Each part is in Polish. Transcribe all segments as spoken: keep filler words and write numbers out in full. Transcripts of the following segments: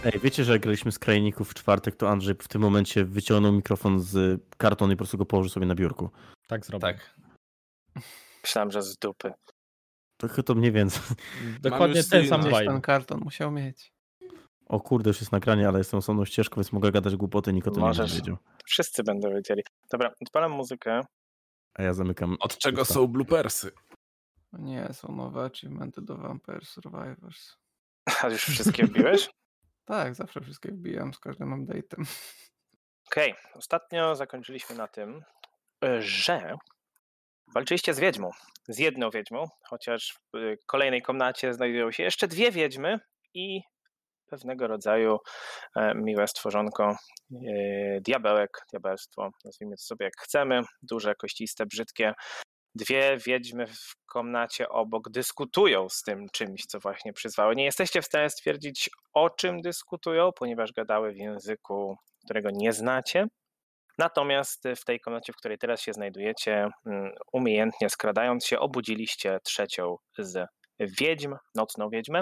Ej, wiecie, że jak graliśmy z Krajników w czwartek, to Andrzej w tym momencie wyciągnął mikrofon z kartonu i po prostu go położył sobie na biurku. Tak zrobił. Tak. Myślałem, że z dupy. To, to mniej więcej. Dokładnie ten sam Gdzieś ten vibe. karton musiał mieć. O kurde, już jest nagranie, ale jestem osobną ścieżką, więc mogę gadać głupoty, nikt o tym Możesz. nie będzie wiedział. Wszyscy będą wiedzieli. Dobra, odpalam muzykę. A ja zamykam. Od czego są bloopersy? O nie, są nowe achievementy do Vampire Survivors. A już wszystkie wbiłeś? Tak, zawsze wszystkie wbijam z każdym update'em. Okej, okay. Ostatnio zakończyliśmy na tym, że walczyliście z wiedźmą. Z jedną wiedźmą, chociaż w kolejnej komnacie znajdują się jeszcze dwie wiedźmy i pewnego rodzaju miłe stworzonko, diabełek, diabelstwo, nazwijmy to sobie jak chcemy, duże, kościste, brzydkie. Dwie wiedźmy w komnacie obok dyskutują z tym czymś, co właśnie przyzwały. Nie jesteście w stanie stwierdzić, o czym dyskutują, ponieważ gadały w języku, którego nie znacie. Natomiast w tej komnacie, w której teraz się znajdujecie, umiejętnie skradając się, obudziliście trzecią z wiedźm, nocną wiedźmę.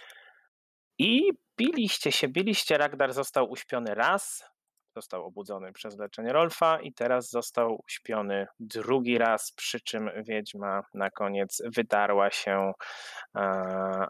I biliście się, biliście. Ragdar został uśpiony raz, został obudzony przez leczenie Rolfa i teraz został uśpiony drugi raz, przy czym wiedźma na koniec wydarła się a,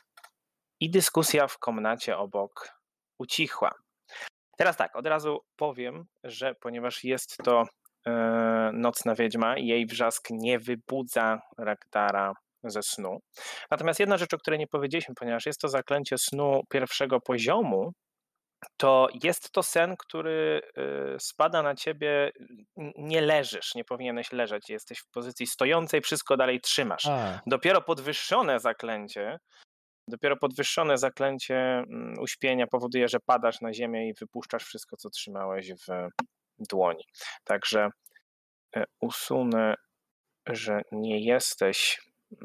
i dyskusja w komnacie obok ucichła. Teraz tak, od razu powiem, że ponieważ jest to e, nocna wiedźma, jej wrzask nie wybudza Ragdara ze snu. Natomiast jedna rzecz, o której nie powiedzieliśmy, ponieważ jest to zaklęcie snu pierwszego poziomu, to jest to sen, który spada na ciebie, nie leżysz, nie powinieneś leżeć, jesteś w pozycji stojącej, wszystko dalej trzymasz. A. Dopiero podwyższone zaklęcie, dopiero podwyższone zaklęcie uśpienia powoduje, że padasz na ziemię i wypuszczasz wszystko, co trzymałeś w dłoni. Także usunę, że nie jesteś,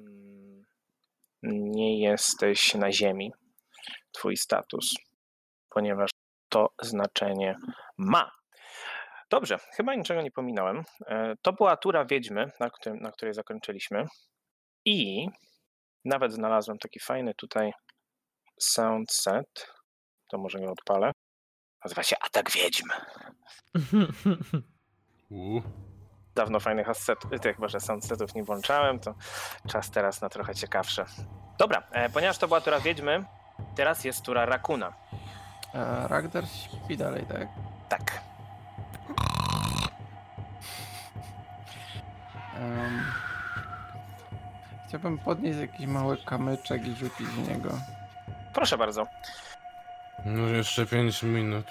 nie jesteś na ziemi, twój status, ponieważ to znaczenie ma. Dobrze, chyba niczego nie pominąłem. To była tura wiedźmy, na, którym, na której zakończyliśmy. I nawet znalazłem taki fajny tutaj sound set. To może go odpalę. Nazywa się Atak Wiedźm. U. Dawno fajnych assetów, tych może sound setów nie włączałem, to czas teraz na trochę ciekawsze. Dobra, e, ponieważ to była tura wiedźmy, teraz jest tura Rakuna. A Ragdar śpi dalej, tak? Tak. Um, chciałbym podnieść jakiś mały kamyczek i rzucić w niego. Proszę bardzo. No jeszcze pięć minut.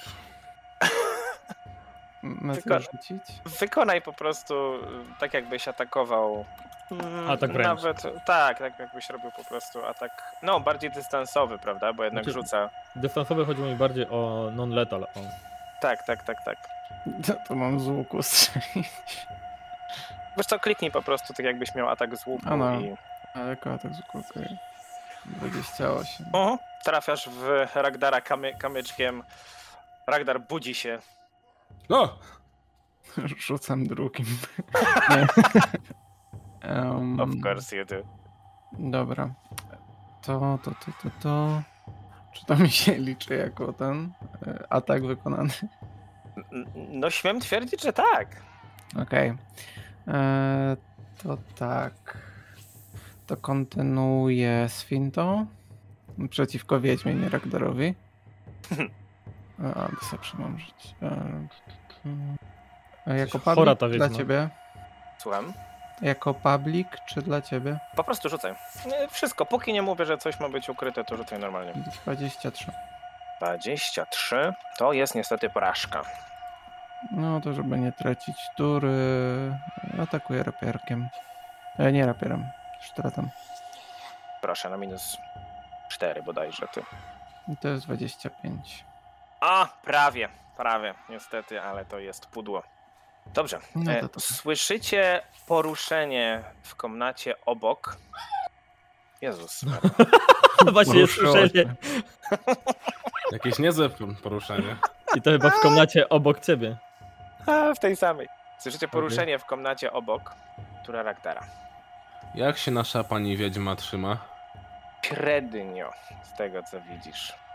Na co Tylko- rzucić? Wykonaj po prostu tak, jakbyś atakował. Atak wręcz. Nawet, tak, tak jakbyś robił po prostu atak, no bardziej dystansowy, prawda, bo jednak Znaczy- rzuca. Dystansowy chodziło mi bardziej o non-lethal. O. Tak, tak, tak, tak. To, to mam z łuku strzelić. Wiesz co, kliknij po prostu tak jakbyś miał atak z łuku A no. i... Ale jako atak z łuku, okej. dwadzieścia osiem. Uh-huh. Trafiasz w Ragdara kamy, kamyczkiem. Ragdar budzi się. No! Rzucam drugim. Nie. um, Of course you do. Dobra. To, to, to, to, to... Czy to mi się liczy jako ten e, atak wykonany? N- No śmiem twierdzić, że tak. Okej. E, To tak. To kontynuuję z fintą. Przeciwko Wiedźmie, nie Ragdarowi. A, to sobie mam żyć. E, t- t- t- Jako Chora public ta dla wiedźma. ciebie? Słucham. Jako public czy dla ciebie? Po prostu rzucaj. Nie, Wszystko, póki nie mówię, że coś ma być ukryte, to rzucaj normalnie. dwadzieścia trzy. dwadzieścia trzy to jest niestety porażka. No to żeby nie tracić tury, atakuję rapierkiem. E, nie rapierem, sztyletem. Proszę, na minus cztery bodajże ty. I to jest dwadzieścia pięć. A, prawie, prawie, niestety, ale to jest pudło. Dobrze, No e, to to. słyszycie poruszenie w komnacie obok. Jezus. Właśnie jest słyszenie. Jakieś niezłe poruszenie. I to chyba w komnacie obok ciebie. A, w tej samej. Słyszycie poruszenie w komnacie obok, która Ragdara. Jak się nasza pani wiedźma trzyma? Średnio, z tego co widzisz.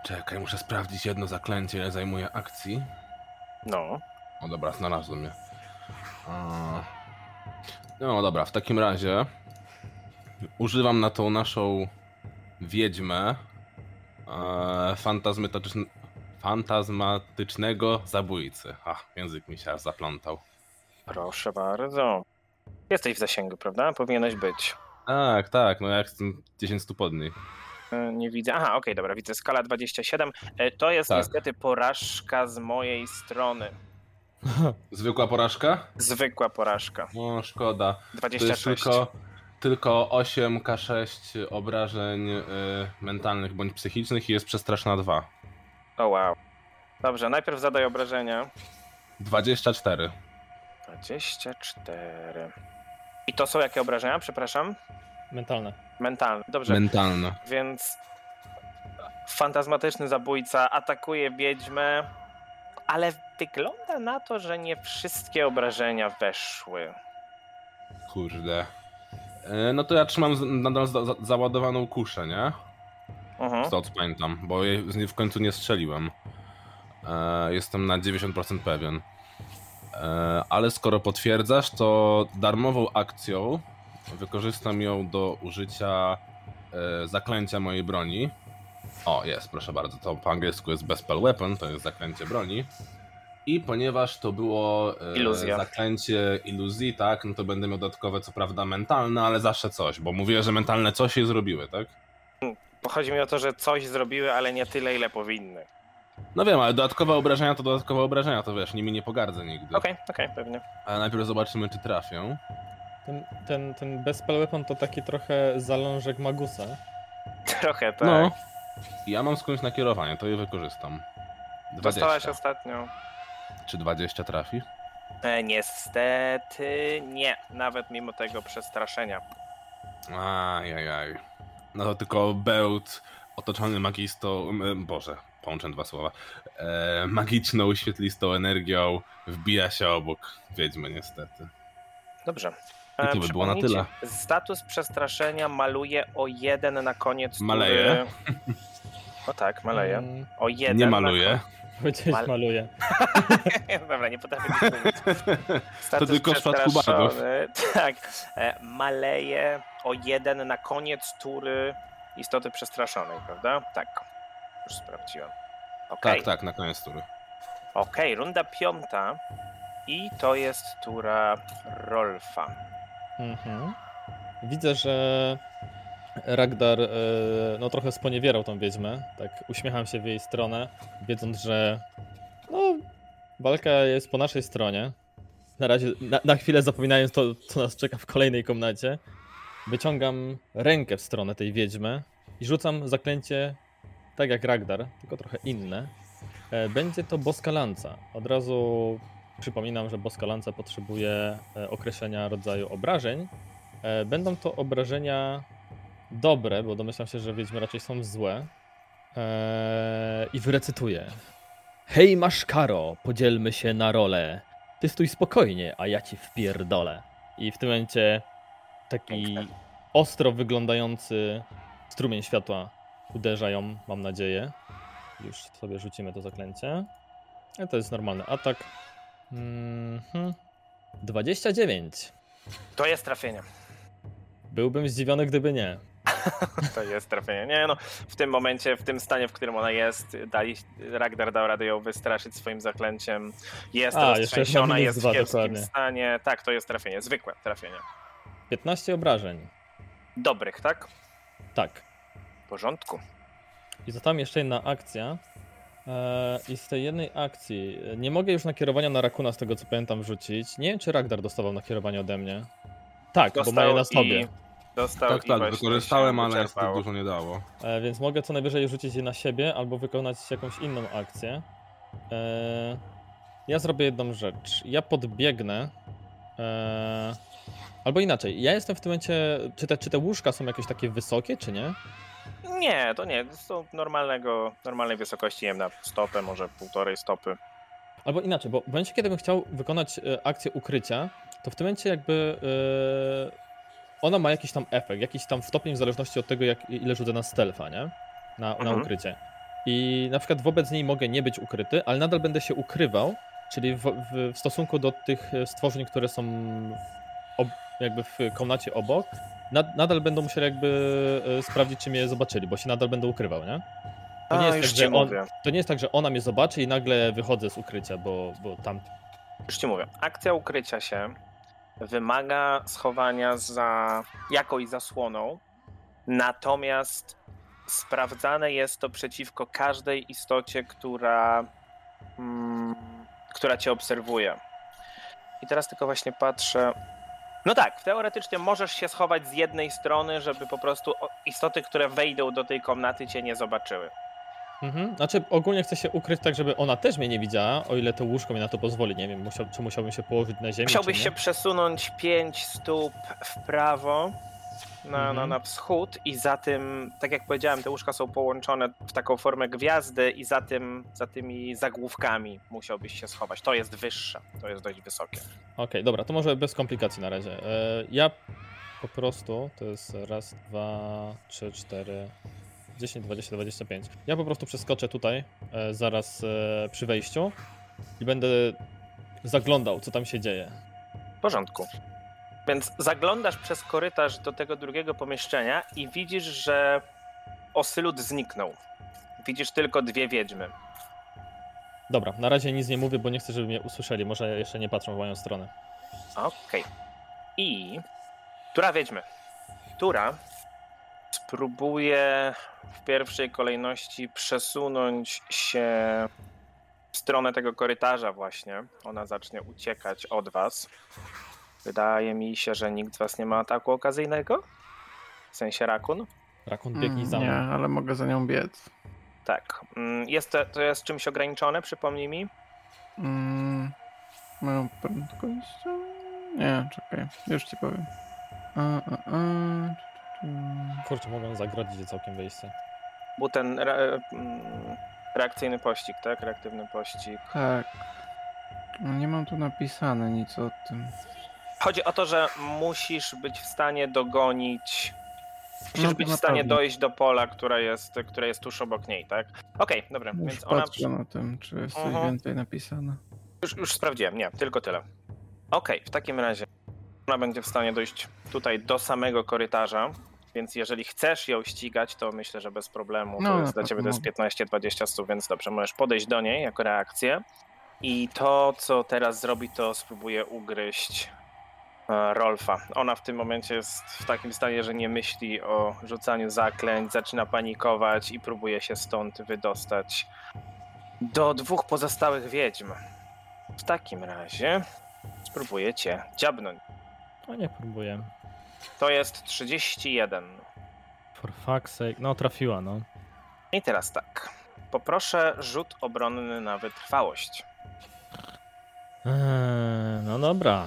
Czekaj, muszę sprawdzić jedno zaklęcie, ile zajmuje akcji. No. O dobra, znalazłem je. A... No dobra, w takim razie używam na tą naszą wiedźmę e, fantazmatyczn... fantazmatycznego zabójcy. A, język mi się aż zaplątał. Proszę bardzo. Jesteś w zasięgu, prawda? Powinieneś być. Tak, tak, no jak jestem dziesięć stóp od niej. E, Nie widzę. Aha, okej, dobra, widzę skala dwadzieścia siedem. E, To jest Tak. niestety porażka z mojej strony. Zwykła porażka? Zwykła porażka. No, szkoda. To dwadzieścia jest sześć. tylko, tylko osiem K sześć obrażeń y, mentalnych bądź psychicznych i jest przestraszna dwa. O wow. Dobrze, najpierw zadaj obrażenia. dwadzieścia cztery. dwadzieścia cztery. I to są jakie obrażenia? Przepraszam? Mentalne. Mentalne. Dobrze, Mentalne. więc fantazmatyczny zabójca atakuje wiedźmę, ale wygląda na to, że nie wszystkie obrażenia weszły. Kurde. E, no to ja trzymam z, nadal za, za, załadowaną kuszę, nie? Mhm. Z to co pamiętam, bo jej z niej w końcu nie strzeliłem. E, jestem na dziewięćdziesiąt procent pewien. E, ale skoro potwierdzasz, to darmową akcją wykorzystam ją do użycia e, zaklęcia mojej broni. O, jest, proszę bardzo, to po angielsku jest Bespell Weapon, to jest zaklęcie broni. I ponieważ to było e, Iluzja. zaklęcie iluzji, tak, no to będę miał dodatkowe, co prawda mentalne, ale zawsze coś, bo mówię, że mentalne coś jej zrobiły, tak? Bo chodzi mi o to, że coś zrobiły, ale nie tyle, ile powinny. No wiem, ale dodatkowe obrażenia to dodatkowe obrażenia, to wiesz, nimi nie pogardzę nigdy. Okej, okej, pewnie. Ale najpierw zobaczymy, czy trafią. Ten, ten, ten Bespell Weapon to taki trochę zalążek Magusa. Trochę tak. No. Ja mam skądś nakierowanie, to je wykorzystam. Dostałaś dwadzieścia. ostatnio. Czy dwadzieścia trafi? E, niestety nie, nawet mimo tego przestraszenia. Ajajaj. No to tylko bełt otoczony magistą... m, Boże, połączę dwa słowa. E, magiczną, świetlistą energią wbija się obok wiedźmy niestety. Dobrze. I to by było na przypomnijcie, tyle. Status przestraszenia maluje o jeden na koniec tury. Maleje? No tak, maleje. Mm, O jeden. Nie na maluje. Powiedziałeś Mal- maluje. Dobra, nie potrafię nic mówić. Status tylko w przypadku przestraszony, tak, e, maleje o jeden na koniec tury istoty przestraszonej, prawda? Tak, już sprawdziłem. Okej, Tak, tak, na koniec tury. okej, runda piąta i to jest tura Rolfa. Mhm. Widzę, że Ragnar e, no, trochę sponiewierał tą wiedźmę. Tak uśmiecham się w jej stronę, wiedząc, że no, walka jest po naszej stronie. Na razie, na, na chwilę zapominając to, co nas czeka w kolejnej komnacie, wyciągam rękę w stronę tej wiedźmy i rzucam zaklęcie tak jak Ragnar, tylko trochę inne. E, Będzie to boska lanca. Od razu przypominam, że boska lanca potrzebuje e, określenia rodzaju obrażeń. E, Będą to obrażenia dobre, bo domyślam się, że wiedźmy raczej są złe. E, I wyrecytuję. Hej maszkaro, podzielmy się na role. Ty stój spokojnie, a ja ci wpierdolę. I w tym momencie taki Piękne. ostro wyglądający strumień światła uderza ją, mam nadzieję. Już sobie rzucimy to zaklęcie. A to jest normalny atak. Mhm. dwadzieścia dziewięć. To jest trafienie. Byłbym zdziwiony, gdyby nie. To jest trafienie. Nie no, w tym momencie, w tym stanie, w którym ona jest, dali, Ragnar dał radę ją wystraszyć swoim zaklęciem. Jest A, jeszcze roztrzęsiona, na minus jest w dwa, kiepskim dokładnie. stanie. Tak, to jest trafienie, zwykłe trafienie. piętnaście obrażeń. Dobrych, tak? Tak. W porządku. I została mi jeszcze jedna akcja. Eee, I z tej jednej akcji e, nie mogę już nakierowania na Rakuna, z tego co pamiętam, wrzucić. Nie wiem, czy Ragnar dostawał nakierowanie ode mnie. Tak, bo ma je na sobie. i dostał Tak, i tak, właśnie wykorzystałem, się ale niestety wyczerpało. dużo nie dało. E, więc mogę co najwyżej rzucić je na siebie albo wykonać jakąś inną akcję. E, ja zrobię jedną rzecz. Ja podbiegnę. E, albo inaczej. Ja jestem w tym momencie. Czy te, czy te łóżka są jakieś takie wysokie, czy nie? Nie, to nie, to są normalnego, normalnej wysokości, nie wiem, na stopę, może półtorej stopy. Albo inaczej, bo w momencie, kiedy bym chciał wykonać e, akcję ukrycia, to w tym momencie jakby e, ona ma jakiś tam efekt, jakiś tam stopień w zależności od tego, jak, ile rzucę na stealtha, nie? Na, na Mhm. ukrycie. i na przykład wobec niej mogę nie być ukryty, ale nadal będę się ukrywał, czyli w, w, w stosunku do tych stworzeń, które są w, ob, jakby w komnacie obok, nad, nadal będą musieli jakby e, sprawdzić, czy mnie zobaczyli, bo się nadal będę ukrywał, nie? To nie, A, jest już tak, ci że on, mówię. to nie jest tak, że ona mnie zobaczy i nagle wychodzę z ukrycia, bo, bo tam... Już ci mówię. Akcja ukrycia się wymaga schowania za jakąś zasłoną, natomiast sprawdzane jest to przeciwko każdej istocie, która, mm, która cię obserwuje. I teraz tylko właśnie patrzę. No tak, teoretycznie możesz się schować z jednej strony, żeby po prostu o- istoty, które wejdą do tej komnaty, cię nie zobaczyły. Mhm. Znaczy ogólnie chcę się ukryć tak, żeby ona też mnie nie widziała, o ile to łóżko mi na to pozwoli, nie wiem, musiał, czy musiałbym się położyć na ziemi, Musiałbyś czy się nie. przesunąć pięć stóp w prawo na, na, Mhm. na wschód i za tym, tak jak powiedziałem, te łóżka są połączone w taką formę gwiazdy i za tym, za tymi zagłówkami musiałbyś się schować. To jest wyższe, to jest dość wysokie. Okej, dobra, to może bez komplikacji na razie. E, ja po prostu, to jest raz, dwa, trzy, cztery, dziesięć, dwadzieścia, dwadzieścia pięć. Ja po prostu przeskoczę tutaj, e, zaraz e, przy wejściu i będę zaglądał, co tam się dzieje. W porządku. Więc zaglądasz przez korytarz do tego drugiego pomieszczenia i widzisz, że Osylut zniknął. Widzisz tylko dwie wiedźmy. Dobra, na razie nic nie mówię, bo nie chcę, żeby mnie usłyszeli. Może jeszcze nie patrzą w moją stronę. Okej. I Tura wiedźmy. Tura spróbuje w pierwszej kolejności przesunąć się w stronę tego korytarza właśnie. Ona zacznie uciekać od was. Wydaje mi się, że nikt z was nie ma ataku okazyjnego. W sensie rakun. Rakun biegnij za Mm, nie, mną. ale mogę za nią biec. Tak. Mm, Jest to, to jest czymś ograniczone, przypomnij mi. Mm, moją prędkość? Nie, czekaj, już ci powiem. A, a, a, tu, tu, tu. Kurczę, mogą zagrodzić całkiem wejście. Był ten re, mm, reakcyjny pościg, tak? Reaktywny pościg. Tak. No nie mam tu napisane nic o tym. Chodzi o to, że musisz być w stanie dogonić. Musisz No to być w na stanie pewno. dojść do pola, które jest, które jest tuż obok niej, tak? Okej, dobra, Już więc ona. patrzę na tym, czy jest coś Mhm. więcej napisane. Już, już sprawdziłem, nie, tylko tyle. Okej, w takim razie ona będzie w stanie dojść tutaj do samego korytarza, więc jeżeli chcesz ją ścigać, to myślę, że bez problemu. To No, jest na dla ciebie pewno to jest mogę. piętnaście dwadzieścia stóp, więc dobrze, możesz podejść do niej jako reakcję. I to, co teraz zrobi, to spróbuje ugryźć e, Rolfa. Ona w tym momencie jest w takim stanie, że nie myśli o rzucaniu zaklęć, zaczyna panikować i próbuje się stąd wydostać do dwóch pozostałych wiedźm. W takim razie spróbuję cię dziabnąć. O nie, próbuję. To jest trzydzieści jeden. For fuck's sake. No, trafiła, no. I teraz tak. Poproszę rzut obronny na wytrwałość. Eee, no dobra.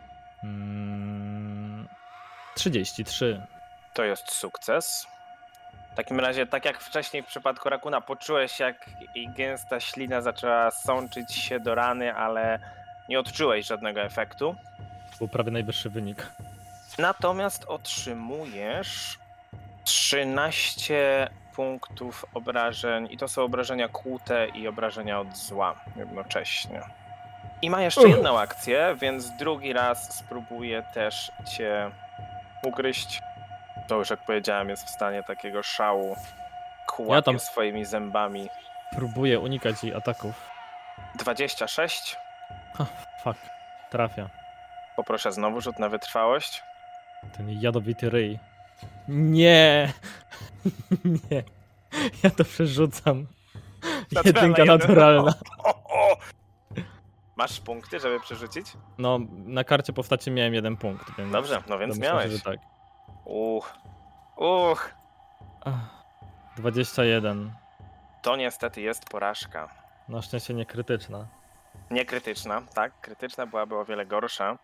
Mm, trzydzieści trzy. To jest sukces. W takim razie, tak jak wcześniej w przypadku Rakuna, poczułeś, jak jej gęsta ślina zaczęła sączyć się do rany, ale nie odczułeś żadnego efektu. Był prawie najwyższy wynik. Natomiast otrzymujesz trzynaście punktów obrażeń i to są obrażenia kłute i obrażenia od zła jednocześnie. I ma jeszcze Uch. jedną akcję, więc drugi raz spróbuję też cię ugryźć. To już jak powiedziałem jest w stanie takiego szału. Kłapie Ja tam- swoimi zębami. Próbuję unikać jej ataków. dwadzieścia sześć. Fuck. Trafia. Poproszę znowu rzut na wytrwałość. Ten jadowity ryj. Nie! Nie. Ja to przerzucam. Zaczyna na Jedynka jeden. naturalna. O, o. Masz punkty, żeby przerzucić? No, na karcie postaci miałem jeden punkt, więc... Dobrze, no więc domyślam się, miałeś. że tak. Uch. Uch. Ach, dwadzieścia jeden. To niestety jest porażka. Na szczęście nie krytyczna. Nie krytyczna, tak? Krytyczna byłaby o wiele gorsza.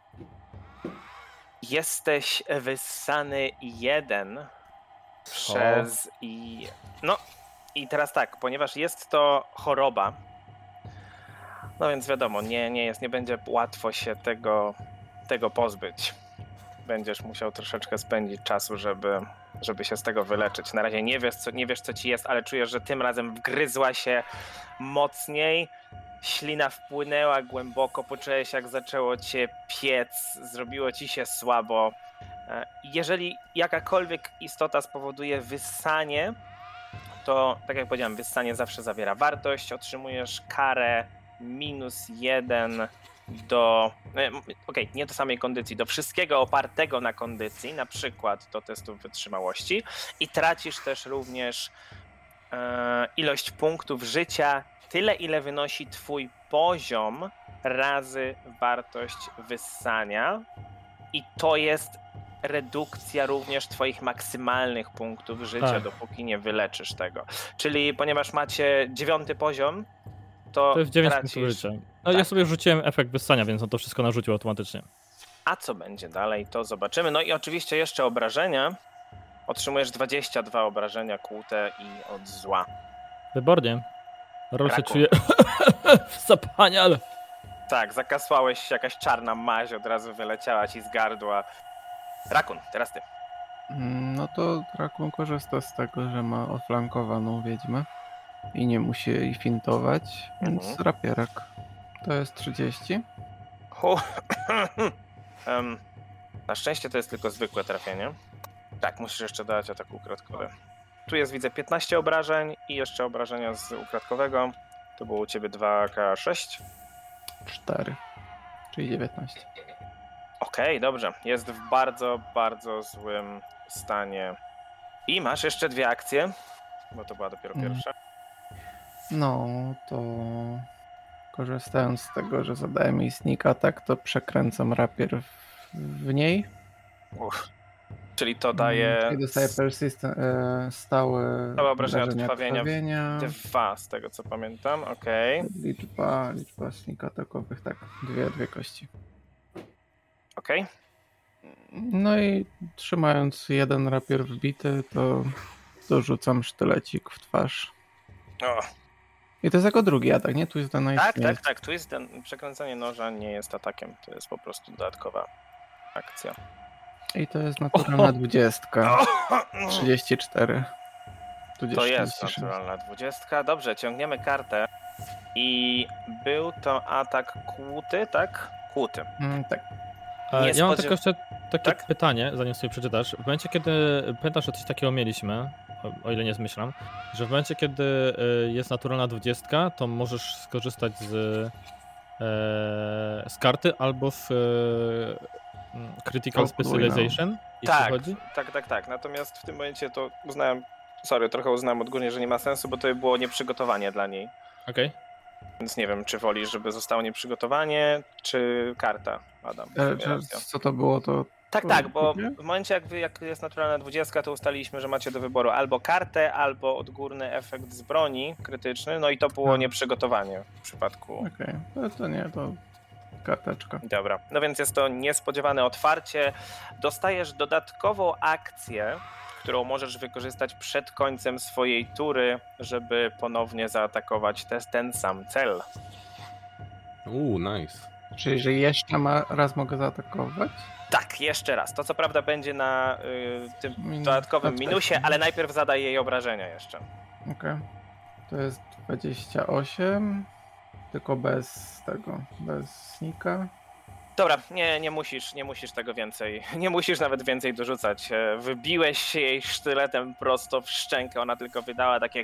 Jesteś wyssany jeden przez i. No i teraz tak, ponieważ jest to choroba. No więc wiadomo, nie, nie jest, nie będzie łatwo się tego, tego pozbyć. Będziesz musiał troszeczkę spędzić czasu, żeby żeby się z tego wyleczyć. Na razie nie wiesz, co, nie wiesz, co ci jest, ale czujesz, że tym razem wgryzła się mocniej. Ślina wpłynęła głęboko, poczułeś, jak zaczęło cię piec, zrobiło ci się słabo. Jeżeli jakakolwiek istota spowoduje wyssanie, to tak jak powiedziałem, wyssanie zawsze zawiera wartość, otrzymujesz karę minus jeden do, okej, okay, nie do samej kondycji, do wszystkiego opartego na kondycji, na przykład do testów wytrzymałości i tracisz też również e, ilość punktów życia, tyle ile wynosi twój poziom razy wartość wyssania i to jest redukcja również twoich maksymalnych punktów życia, Tak. dopóki nie wyleczysz tego. Czyli ponieważ macie dziewiąty poziom, to, To jest dziewięć tracisz... punktów życia. No tak. ja sobie rzuciłem efekt wyssania, więc on to wszystko narzucił automatycznie. A co będzie dalej, to zobaczymy. No i oczywiście jeszcze obrażenia. Otrzymujesz dwadzieścia dwa obrażenia kłute i od zła. Wybornie. Rol się Rakun. czuje zapanial. Tak, zakasłałeś się, jakaś czarna maź od razu wyleciała ci z gardła. Rakun, teraz ty. Mm, No to Drakun korzysta z tego, że ma oflankowaną wiedźmę i nie musi jej fintować, więc Mhm. rapierek. To jest trzydzieści. Hu. um, na szczęście to jest tylko zwykłe trafienie. Tak, musisz jeszcze dać atak ukradkowy. Tu jest, widzę, piętnaście obrażeń i jeszcze obrażenia z ukradkowego. To było u ciebie dwa K sześć. cztery, czyli dziewiętnaście. Okej, dobrze. Jest w bardzo, bardzo złym stanie. I masz jeszcze dwie akcje, bo to była dopiero Mm. pierwsza. No to korzystając z tego, że zadałem jej sneak attack, to przekręcam rapier w, w niej. Uff. Czyli to daje I dostaję persistent, e, stałe Stałe obrażenia od obrażenia krwawienia. krwawienia. dwa, z tego co pamiętam. Okej, Liczba, liczba sneak attackowych, tak, dwie, dwie kości. okej. No i trzymając jeden rapier wbity, to dorzucam sztylecik w twarz. O, I to jest jako drugi atak, nie? Tu jest ten tak, tak, tak. Tu jest ten, przekręcanie noża nie jest atakiem. To jest po prostu dodatkowa akcja. I to jest naturalna dwudziestka. trzydzieści cztery. tudzież To jest trzydzieści sześć. naturalna dwudziestka. Dobrze, ciągniemy kartę. I był to atak kłuty, tak? Kłuty. Mm, tak. E, Nie Ja mam spodziew- tylko jeszcze takie Tak? pytanie, zanim sobie przeczytasz. W momencie, kiedy pamiętasz, że coś takiego mieliśmy, o, o ile nie zmyślam, że w momencie, kiedy y, jest naturalna dwudziestka, to możesz skorzystać z, e, z karty albo w e, mm, Critical O, podwójną. Specialization, jeśli Tak, chodzi. tak, tak, tak. Natomiast w tym momencie to uznałem, sorry, trochę uznałem odgórnie, że nie ma sensu, bo to było nieprzygotowanie dla niej. Okej. Więc nie wiem, czy wolisz, żeby zostało nieprzygotowanie, czy karta, Adam. E, Twoja czy, racja. co to było, to Tak, tak, bo Nie? w momencie jak, wy, jak jest naturalna dwudziestka, to ustaliliśmy, że macie do wyboru albo kartę, albo odgórny efekt z broni krytyczny, no i to było Tak. nieprzygotowanie w przypadku. okej, to, to nie, to karteczka. Dobra, no więc jest to niespodziewane otwarcie. Dostajesz dodatkową akcję, którą możesz wykorzystać przed końcem swojej tury, żeby ponownie zaatakować te, ten sam cel. Uuu, nice. Czyli, że jeszcze ma, raz mogę zaatakować? Tak, jeszcze raz. To co prawda będzie na y, tym Min- dodatkowym na minusie, wcześniej. ale najpierw zadaj jej obrażenia jeszcze. Okej. To jest dwadzieścia osiem, tylko bez tego, bez snika. Dobra, nie, nie musisz, nie musisz tego więcej, nie musisz nawet więcej dorzucać. E, Wybiłeś się jej sztyletem prosto w szczękę, ona tylko wydała takie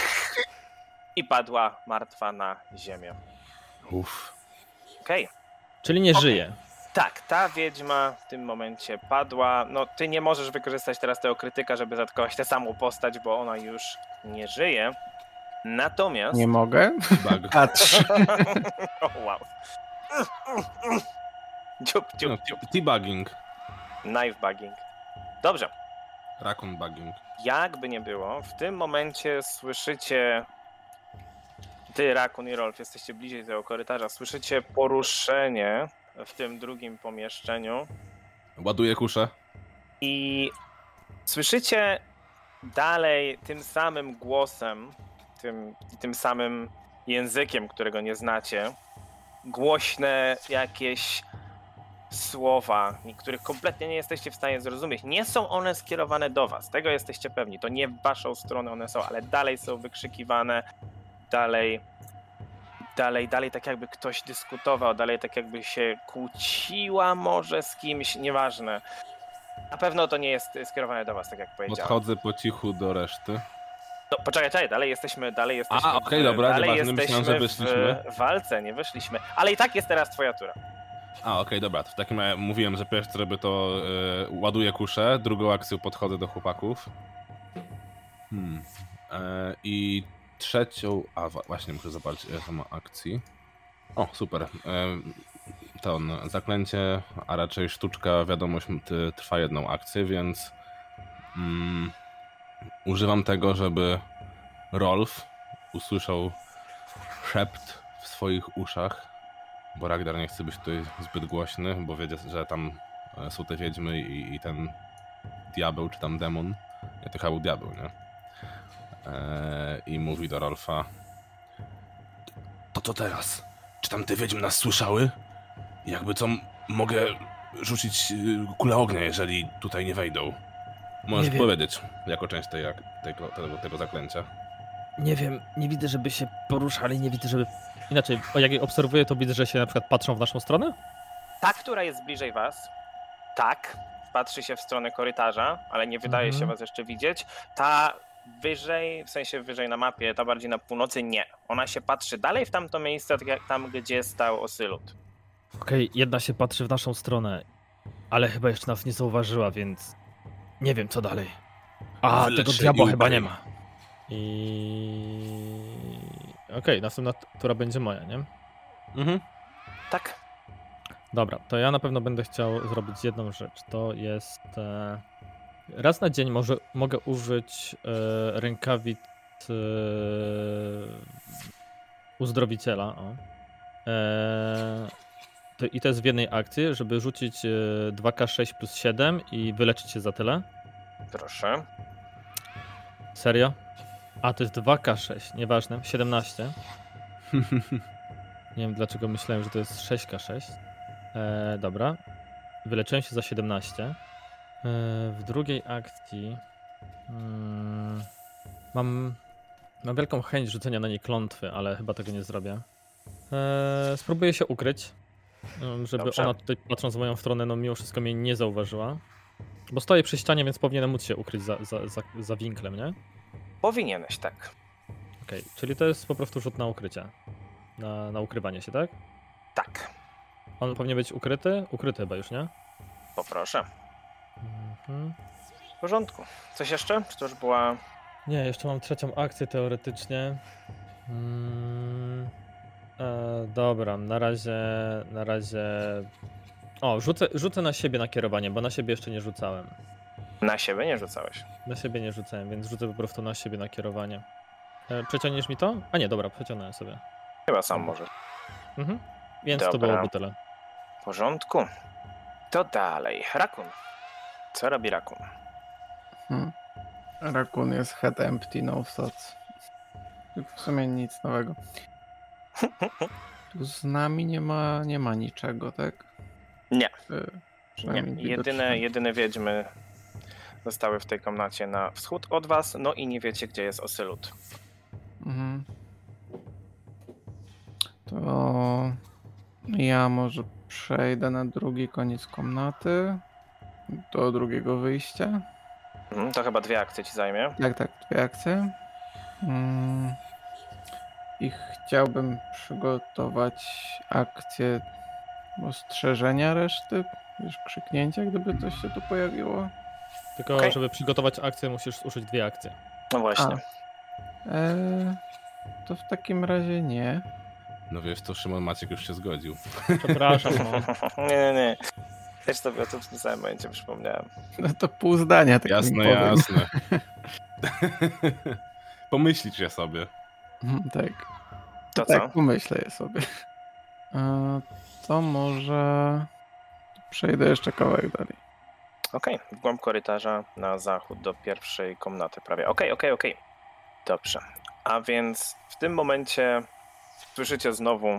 i padła martwa na ziemię. Uff. Okej, Czyli nie Okej. żyje. tak, ta wiedźma w tym momencie padła. No, ty nie możesz wykorzystać teraz tego krytyka, żeby zaatakować tę samą postać, bo ona już nie żyje. Natomiast... Nie mogę? Bug. Patrz. o, wow. Dziup, dziup, No, dziup. T-bugging. Knife bugging. Dobrze. Raccoon bugging. Jakby nie było, w tym momencie słyszycie, ty, Rakun i Rolf, jesteście bliżej tego korytarza, słyszycie poruszenie w tym drugim pomieszczeniu Ładuję kuszę. i słyszycie dalej tym samym głosem, tym, tym samym językiem, którego nie znacie, głośne jakieś słowa, których kompletnie nie jesteście w stanie zrozumieć. Nie są one skierowane do was, tego jesteście pewni. To nie w waszą stronę one są, ale dalej są wykrzykiwane, dalej, dalej, dalej tak jakby ktoś dyskutował, dalej tak jakby się kłóciła może z kimś, nieważne. Na pewno to nie jest skierowane do was, tak jak powiedziałem. Podchodzę po cichu do reszty. No poczekaj, czekaj, dalej jesteśmy, dalej jesteśmy, A, okej, w, dobra, dalej nieważne, myślałem, jesteśmy że wyszliśmy. w walce, nie wyszliśmy, ale i tak jest teraz twoja tura. A, okej, dobra, to w takim razie mówiłem, że pierwszy robię to e, ładuję kuszę, drugą akcją podchodzę do chłopaków. Hmm. E, I trzecią, a wa- właśnie muszę zobaczyć ile to ma akcji. O, super. E, to on, zaklęcie, a raczej sztuczka, wiadomość t- trwa jedną akcję, więc mm, używam tego, żeby Rolf usłyszał szept w swoich uszach, bo Ragnar nie chce być tutaj zbyt głośny, bo wiedzie, że tam e, są te wiedźmy i, i ten diabeł, czy tam demon. Nie, to chyba był diabeł, nie? E, I mówi do Rolfa: to co teraz? Czy tam te wiedźmy nas słyszały? Jakby co, m- mogę rzucić y, kulę ognia, jeżeli tutaj nie wejdą. Możesz Nie wiem. powiedzieć, jako część tej, jak- tego, tego, tego zaklęcia. Nie wiem, nie widzę, żeby się poruszali, nie widzę, żeby... Inaczej, o, jak je obserwuję, to widzę, że się na przykład patrzą w naszą stronę? Ta, która jest bliżej was, tak, patrzy się w stronę korytarza, ale nie wydaje Mhm. się was jeszcze widzieć. Ta wyżej, w sensie wyżej na mapie, ta bardziej na północy, nie. Ona się patrzy dalej w tamto miejsce, tak jak tam, gdzie stał Osylut. Okej, jedna się patrzy w naszą stronę, ale chyba jeszcze nas nie zauważyła, więc... Nie wiem, co dalej. A, Wylecz tego się diabła i chyba nie ukryj. ma. I... Okej, następna tura będzie moja, nie? Mhm. Tak, Dobra, to ja na pewno będę chciał zrobić jedną rzecz. To jest... E... Raz na dzień może, mogę użyć e, rękawic e, uzdrowiciela. O. E, to, I to jest w jednej akcji, żeby rzucić e, dwa K sześć plus siedem i wyleczyć się za tyle. proszę. Serio? A, to jest dwa K sześć, nieważne, siedemnaście. Nie wiem dlaczego myślałem, że to jest sześć K sześć. E, dobra. Wyleczyłem się za siedemnaście. E, w drugiej akcji mm, mam, mam wielką chęć rzucenia na nie klątwy, ale chyba tego nie zrobię. E, spróbuję się ukryć, em, żeby Dobrze. ona tutaj patrząc w moją stronę, no mimo wszystko mnie nie zauważyła. Bo stoję przy ścianie, więc powinienem móc się ukryć za, za, za, za winklem, nie? Powinieneś, tak. Okej, czyli to jest po prostu rzut na ukrycie. Na, na ukrywanie się, tak? Tak, On powinien być ukryty? Ukryty chyba już, nie? poproszę. Mhm. W porządku. Coś jeszcze? Czy to już była... Nie, jeszcze mam trzecią akcję teoretycznie. Mm, e, dobra, na razie, na razie... O, rzucę, rzucę na siebie nakierowanie, bo na siebie jeszcze nie rzucałem. Na siebie nie rzucałeś. Na siebie nie rzucałem, więc rzucę po prostu na siebie nakierowanie. E, przeciągniesz mi to? A nie, dobra, przeciągnąłem sobie. Chyba sam może. Mhm. Więc to Dobra. byłoby tyle. W porządku. To dalej. Rakun. Co robi Rakun? Hmm. Rakun jest head empty, no thoughts. W sumie nic nowego. Tu z nami nie ma, nie ma niczego, tak? Nie. Czy, Nie. przynajmniej Jedyne, widocznie. jedyne wiedźmy zostały w tej komnacie na wschód od was, no i nie wiecie, gdzie jest Osylut. Mhm. To ja może przejdę na drugi koniec komnaty. Do drugiego wyjścia. Mhm, to chyba dwie akcje ci zajmie. Tak, tak, dwie akcje. Mm. I chciałbym przygotować akcję ostrzeżenia reszty. Wiesz, krzyknięcia, gdyby coś się tu pojawiło. Tylko, Okej. żeby przygotować akcję, musisz użyć dwie akcje. No właśnie. Eee, to w takim razie nie. No wiesz co, Szymon Maciek już się zgodził. Przepraszam, no. nie, nie, nie. Też sobie o tym w tym samym momencie przypomniałem. No to pół zdania. Tak Jasne, mi powiem. jasne. Pomyślić je sobie. Mhm, tak. To tak, co? pomyślę je sobie. Eee, to może przejdę jeszcze kawałek dalej. Okej, w głąb korytarza na zachód do pierwszej komnaty prawie. Okej, okej, okej. Dobrze. A więc w tym momencie słyszycie znowu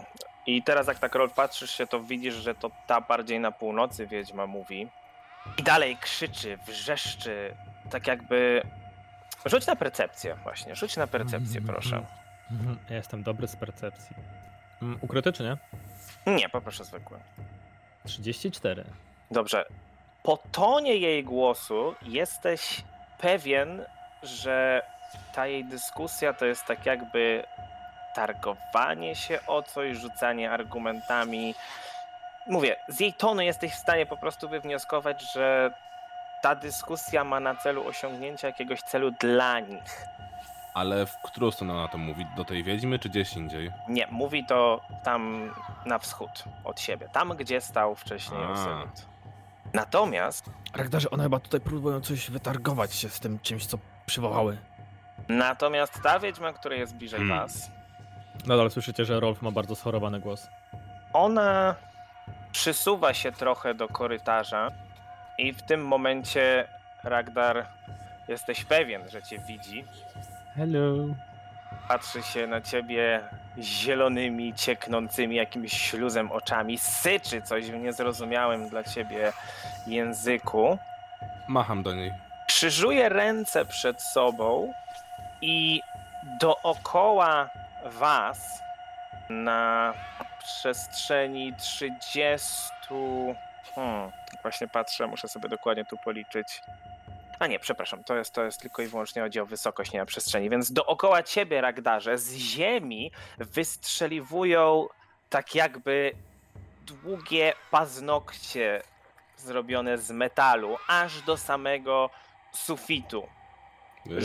I teraz jak tak Rolf patrzysz się, to widzisz, że to ta bardziej na północy wiedźma mówi. I dalej krzyczy, wrzeszczy, tak jakby... Rzuć na percepcję właśnie, rzuć na percepcję, proszę. Ja jestem dobry z percepcji. Mm, Ukryty czy nie? Nie, poproszę zwykły. trzydzieści cztery. Dobrze. Po tonie jej głosu jesteś pewien, że ta jej dyskusja to jest tak jakby targowanie się o coś, rzucanie argumentami. Mówię, z jej tonu jesteś w stanie po prostu wywnioskować, że ta dyskusja ma na celu osiągnięcie jakiegoś celu dla nich. Ale w którą stronę ona to mówi? Do tej wiedźmy, czy gdzieś indziej? Nie, mówi to tam na wschód od siebie, tam gdzie stał wcześniej A. Ocelot. Natomiast, Ragdarze, one chyba tutaj próbują coś wytargować się z tym czymś, co przywołały. natomiast ta wiedźma, która jest bliżej Hmm. was, Nadal słyszycie, że Rolf ma bardzo schorowany głos. ona przysuwa się trochę do korytarza i w tym momencie, Ragdar, jesteś pewien, że cię widzi. Hello. Patrzy się na ciebie zielonymi, cieknącymi jakimś śluzem oczami, syczy coś w niezrozumiałym dla ciebie języku. Macham do niej. Krzyżuje ręce przed sobą i dookoła was na przestrzeni trzydziestu... Hmm, właśnie patrzę, muszę sobie dokładnie tu policzyć. A nie, przepraszam, to jest, to jest tylko i wyłącznie chodzi o wysokość, nie na przestrzeni. Więc dookoła ciebie, Ragdarze, z ziemi wystrzeliwują tak jakby długie paznokcie zrobione z metalu, aż do samego sufitu. Yy.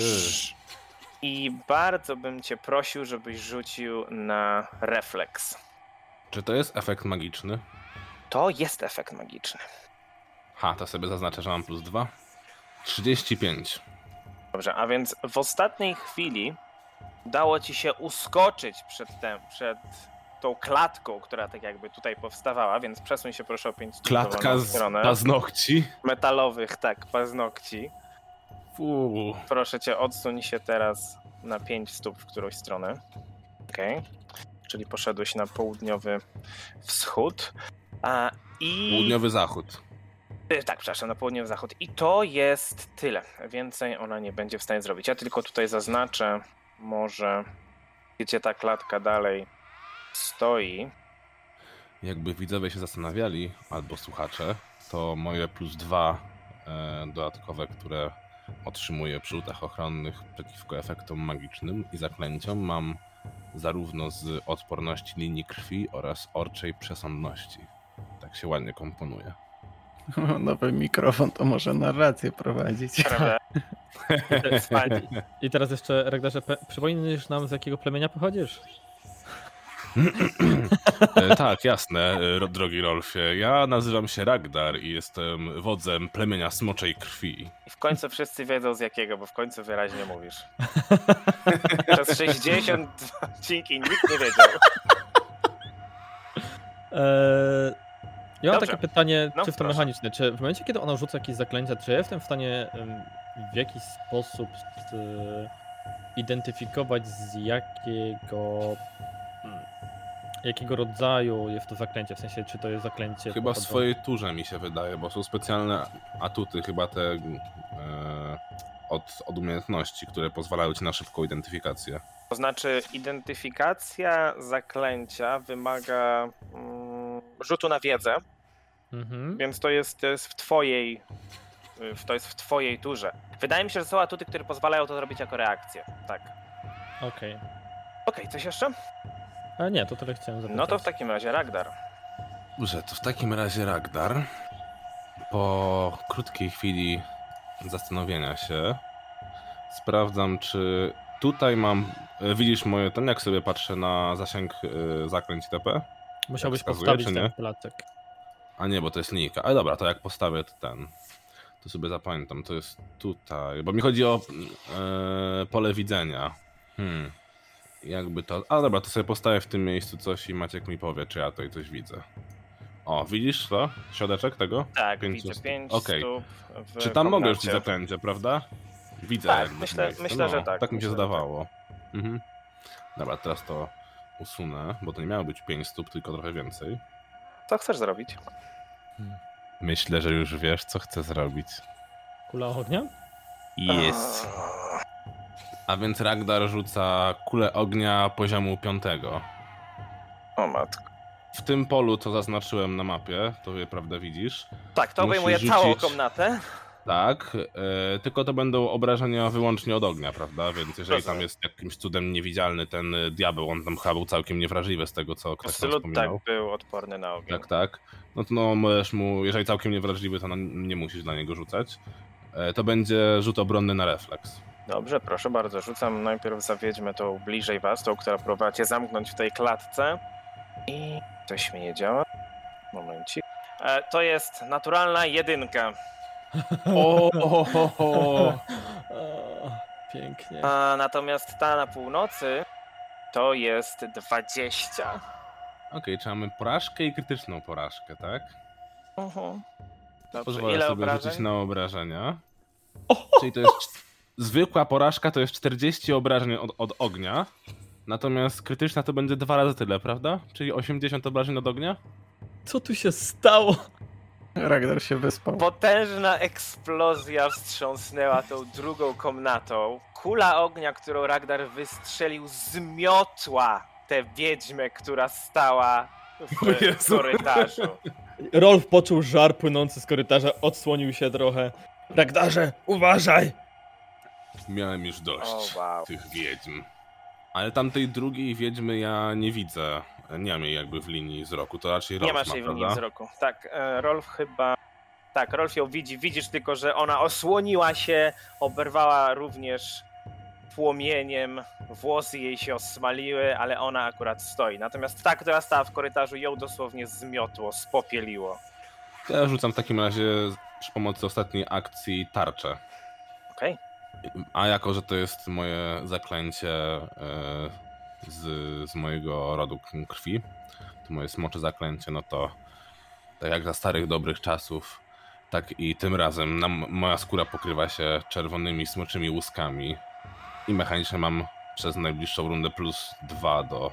I bardzo bym cię prosił, żebyś rzucił na refleks. Czy to jest efekt magiczny? To jest efekt magiczny. Ha, to sobie zaznaczę, że mam plus dwa. trzydzieści pięć. Dobrze, a więc w ostatniej chwili udało ci się uskoczyć przed, tem, przed tą klatką, która tak jakby tutaj powstawała, więc przesuń się proszę o pięć stóp w Klatka dowolną z stronę. paznokci. Metalowych, tak, paznokci. Fuu. Proszę cię, odsuń się teraz na pięć stóp w którąś stronę. Okej. Okay. Czyli poszedłeś na południowy wschód. A, i... Południowy zachód. Y, Tak, przepraszam, na południowy zachód. I to jest tyle. Więcej ona nie będzie w stanie zrobić. Ja tylko tutaj zaznaczę, może gdzie ta klatka dalej stoi. Jakby widzowie się zastanawiali, albo słuchacze, to moje plus dwa e, dodatkowe, które otrzymuję przy rzutach ochronnych przeciwko efektom magicznym i zaklęciom, mam zarówno z odporności linii krwi oraz orczej przesądności. Tak się ładnie komponuje. Nowy mikrofon to może narrację prowadzić. Prawda? Fajnie. I teraz jeszcze, Ragdarze, pe- przypomnisz nam, z jakiego plemienia pochodzisz? E, tak, jasne, e, ro- drogi Rolfie. Ja nazywam się Ragdar i jestem wodzem plemienia Smoczej Krwi. I w końcu wszyscy wiedzą z jakiego, bo w końcu wyraźnie mówisz. Przez sześćdziesiąt odcinki nikt nie wiedział. Eee, ja mam Dobrze. takie pytanie No, czysto proszę. mechaniczne. Czy w momencie, kiedy ona rzuca jakieś zaklęcia, czy ja jestem w stanie em, w jakiś sposób e, identyfikować z jakiego hmm, jakiego rodzaju jest to zaklęcie? W sensie, czy to jest zaklęcie... Chyba w pochodzące- swojej turze mi się wydaje, bo są specjalne atuty, chyba te e, od, od umiejętności, które pozwalają ci na szybką identyfikację. To znaczy, identyfikacja zaklęcia wymaga mm, rzutu na wiedzę, Mhm. więc to jest, to jest w twojej w- to jest w twojej turze. Wydaje mi się, że są atuty, które pozwalają to zrobić jako reakcję. Tak. Okej. Okej, coś jeszcze? A nie, to tyle chciałem zapytać. No to w takim razie Ragdar. Dobrze, to w takim razie Ragdar po krótkiej chwili zastanowienia się sprawdzam, czy tutaj mam... e, Widzisz moje ten, jak sobie patrzę na zasięg e, zaklęć T P? Musiałbyś wskazuje, postawić czy nie? ten placek. A nie, bo to jest linijka. Ale dobra, to jak postawię to ten, to sobie zapamiętam, to jest tutaj, bo mi chodzi o e, pole widzenia. Hmm. Jakby to... A dobra, to sobie postawię w tym miejscu coś i Maciek mi powie, czy ja tutaj coś widzę. O, widzisz to? Środeczek tego? Tak, Pięć widzę stóp. pięć Okej. stóp w Czy tam mogę rzucić komnacie. zaklęcie, prawda? Widzę Tak, jakby to myślę- miejsce. myślę, że tak, Tak mi się myślę, że zdawało. Mhm. Dobra, teraz to usunę, bo to nie miało być pięć stóp, tylko trochę więcej. Co chcesz zrobić? Myślę, że już wiesz, co chcę zrobić. Kula ognia? Jest. A więc Ragdar rzuca kulę ognia poziomu piątego. O matko. W tym polu, co zaznaczyłem na mapie, to je prawda widzisz. Tak, to Musisz obejmuje rzucić- całą komnatę. Tak, e, tylko to będą obrażenia wyłącznie od ognia, prawda? Więc jeżeli Rozumiem. tam jest jakimś cudem niewidzialny ten y, diabeł, on tam chyba był całkiem niewrażliwy z tego, co ktoś tam Absolut tak wspominał. był odporny na ogień. Tak, tak. No to no, możesz mu, jeżeli całkiem niewrażliwy, to no, nie musisz dla niego rzucać. E, to będzie rzut obronny na refleks. Dobrze, proszę bardzo. Rzucam najpierw za wiedźmę tą bliżej was, tą, która próbowała cię zamknąć w tej klatce. I coś mi nie działa. Momencik. E, to jest naturalna jedynka. O, o, o, o. O, pięknie. A natomiast ta na północy to jest dwadzieścia. Okej, czy mamy porażkę i krytyczną porażkę, tak? Mhm. Dobrze, Pozwolę ile sobie obrażeń? rzucić na obrażenia. Czyli to jest cz- zwykła porażka, to jest czterdzieści obrażeń od, od ognia. Natomiast krytyczna to będzie dwa razy tyle, prawda? Czyli osiemdziesiąt obrażeń od ognia? Co tu się stało? Ragnar się wyspał. Potężna eksplozja wstrząsnęła tą drugą komnatą. Kula ognia, którą Ragnar wystrzelił, zmiotła tę wiedźmę, która stała w O Jezu. korytarzu. Rolf poczuł żar płynący z korytarza, odsłonił się trochę. Ragdarze, uważaj! Miałem już dość O, wow. tych wiedźm. Ale tamtej drugiej wiedźmy ja nie widzę. Nie mam jej jakby w linii wzroku, to raczej Rolf Nie masz ma, jej w prawda? linii wzroku. Tak, e, Rolf chyba... Tak, Rolf ją widzi. Widzisz tylko, że ona osłoniła się, oberwała również płomieniem, włosy jej się osmaliły, ale ona akurat stoi. Natomiast ta, która stała w korytarzu, ją dosłownie zmiotło, spopieliło. To ja rzucam w takim razie przy pomocy ostatniej akcji tarczę. Okej? A jako, że to jest moje zaklęcie e, z, z mojego rodu krwi, to moje smocze zaklęcie, no to tak jak za starych dobrych czasów, tak i tym razem nam, moja skóra pokrywa się czerwonymi smoczymi łuskami i mechanicznie mam przez najbliższą rundę plus dwa do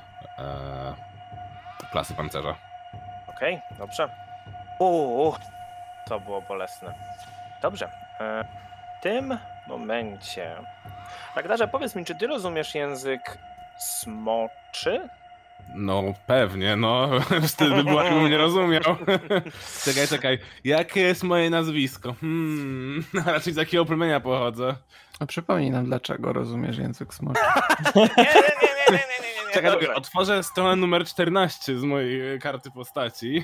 e, klasy pancerza. Okej, dobrze. Uuu, to było bolesne. Dobrze. e, W tym momencie... Ragdarze, powiedz mi, czy ty rozumiesz język smoczy? No pewnie, no wstyd by było, jakbym nie rozumiał. Czekaj, czekaj, jakie jest moje nazwisko? Hmm, raczej z jakiego plemienia pochodzę? A przypomnij nam, dlaczego rozumiesz język smoczy. Nie, nie, nie, nie, nie, nie, nie, nie. Czekaj, Dobrze. czekaj, otworzę stronę numer czternaście z mojej e, karty postaci.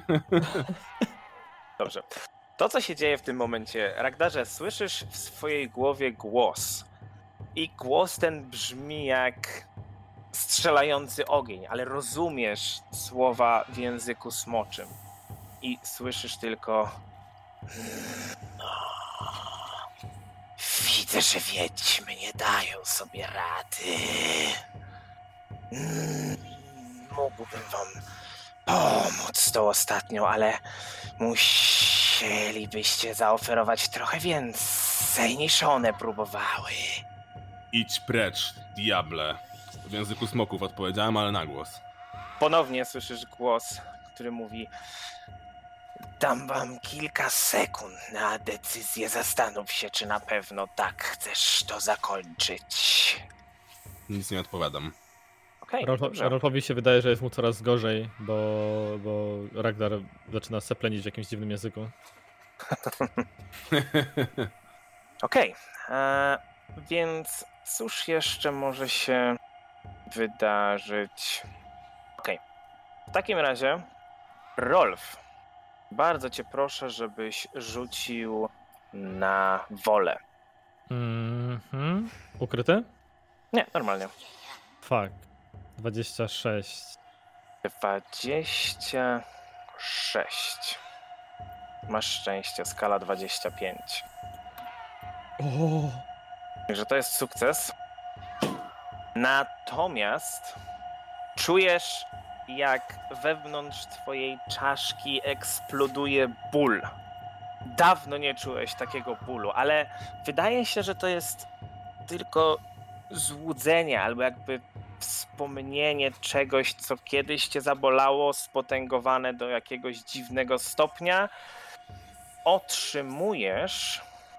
Dobrze. To, co się dzieje w tym momencie, Ragdarze, słyszysz w swojej głowie głos. I głos ten brzmi jak strzelający ogień, ale rozumiesz słowa w języku smoczym. I słyszysz tylko... Widzę, że wiedźmy nie dają sobie rady. Mm, Mógłbym wam pomóc z tą ostatnią, ale musielibyście zaoferować trochę więcej niż one próbowały. Idź precz, diable. W języku smoków odpowiedziałem, ale na głos. Ponownie słyszysz głos, który mówi: dam wam kilka sekund na decyzję. Zastanów się, czy na pewno tak chcesz to zakończyć. Nic nie odpowiadam. Okej, Rolf, dobrze. Rolfowi się wydaje, że jest mu coraz gorzej, bo, bo Ragnar zaczyna seplenić w jakimś dziwnym języku. Okej, e, więc cóż jeszcze może się wydarzyć? Okej, w takim razie Rolf, bardzo cię proszę, żebyś rzucił na wolę. Mhm. Ukryty? Nie, normalnie. Fuck. dwadzieścia sześć. dwadzieścia sześć. Masz szczęście, skala dwadzieścia pięć. O, Także to jest sukces. Natomiast czujesz, jak wewnątrz twojej czaszki eksploduje ból. Dawno nie czułeś takiego bólu, ale wydaje się, że to jest tylko złudzenie, albo jakby wspomnienie czegoś, co kiedyś cię zabolało, spotęgowane do jakiegoś dziwnego stopnia, otrzymujesz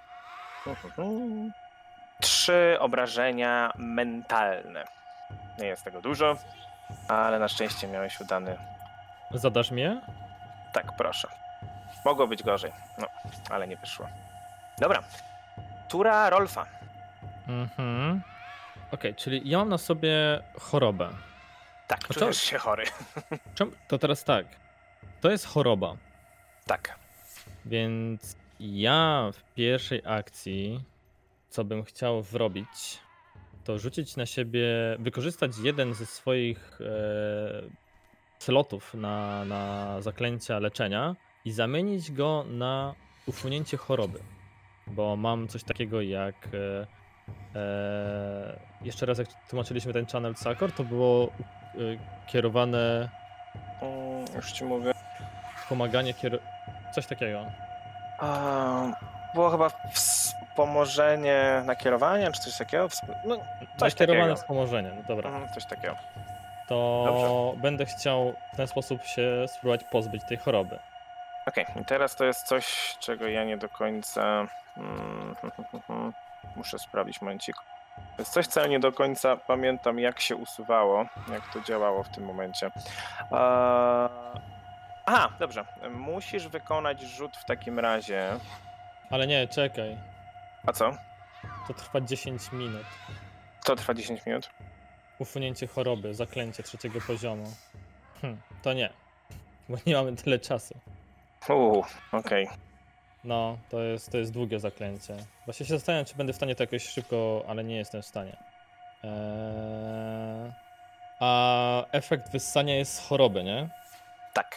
trzy obrażenia mentalne. Nie jest tego dużo, ale na szczęście miałeś udany. Zadasz mnie? Tak, proszę. Mogło być gorzej, no, ale nie wyszło. Dobra. Tura Rolfa. Mhm. Okej, czyli ja mam na sobie chorobę. Tak, A co- czujesz się chory. Czemu? To teraz tak. To jest choroba, Tak. więc ja w pierwszej akcji, co bym chciał zrobić, to rzucić na siebie, wykorzystać jeden ze swoich e, slotów na, na zaklęcia leczenia i zamienić go na usunięcie choroby. Bo mam coś takiego jak. E, e, jeszcze raz, jak tłumaczyliśmy ten channel Sakor, to było e, kierowane. Mm, już ci mówię. Wspomaganie kier... Coś takiego. A, było chyba wspomożenie nakierowania, czy coś takiego? Wsp- No, coś Nakierowane takiego. wspomożenie, no dobra. Mhm, coś takiego. To Dobrze. będę chciał w ten sposób się spróbować pozbyć tej choroby. Okej, i teraz to jest coś, czego ja nie do końca... Mm, muszę sprawdzić momencik. To jest coś, co ja nie do końca pamiętam, jak się usuwało, jak to działało w tym momencie. A... Aha, dobrze. Musisz wykonać rzut w takim razie. Ale nie, czekaj. A co? To trwa dziesięć minut. To trwa dziesięć minut? Usunięcie choroby, zaklęcie trzeciego poziomu. Hm, to nie. Bo nie mamy tyle czasu. Uuu, okej. No, to jest, to jest długie zaklęcie. Właśnie się zastanawiam, czy będę w stanie to jakoś szybko, ale nie jestem w stanie. Eee... A efekt wyssania jest z choroby, nie? Tak.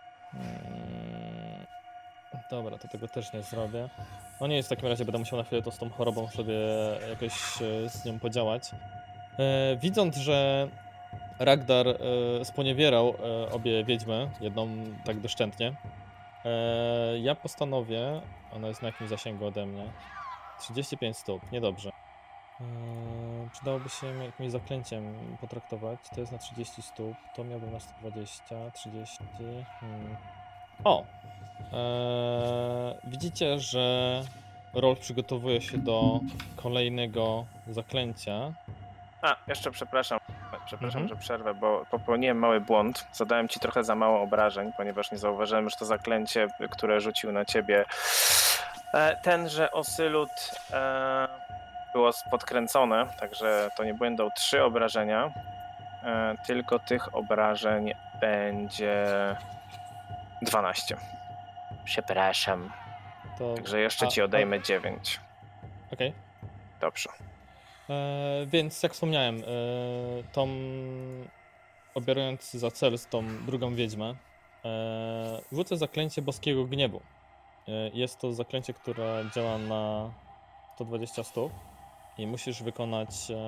Mm, Dobra, to tego też nie zrobię. No nie jest w takim razie, będę musiał na chwilę to z tą chorobą sobie jakoś e, z nią podziałać. E, widząc, że Ragdar e, sponiewierał e, obie wiedźmy, jedną tak doszczętnie, e, ja postanowię, ona jest na jakim zasięgu ode mnie, trzydzieści pięć stóp, niedobrze. E, przydałoby się jakimś zaklęciem potraktować, to jest na trzydzieści stóp, to miałbym na sto dwadzieścia, trzydzieści. Hmm. O! Eee, widzicie, że Rolf przygotowuje się do kolejnego zaklęcia. A, jeszcze przepraszam. Przepraszam, Mhm. że przerwę, bo popełniłem mały błąd. Zadałem ci trochę za mało obrażeń, ponieważ nie zauważyłem, że to zaklęcie, które rzucił na ciebie e, tenże Osylut e, było podkręcone, także to nie będą trzy obrażenia, e, tylko tych obrażeń będzie dwanaście. Przepraszam. To... Także jeszcze A, ci odejmę dziewięć. Okej. Dobrze. Eee, więc jak wspomniałem, eee, tą obierając za cel z tą drugą wiedźmę, eee, rzucę zaklęcie boskiego gniewu. Eee, jest to zaklęcie, które działa na sto dwadzieścia stóp i musisz wykonać eee,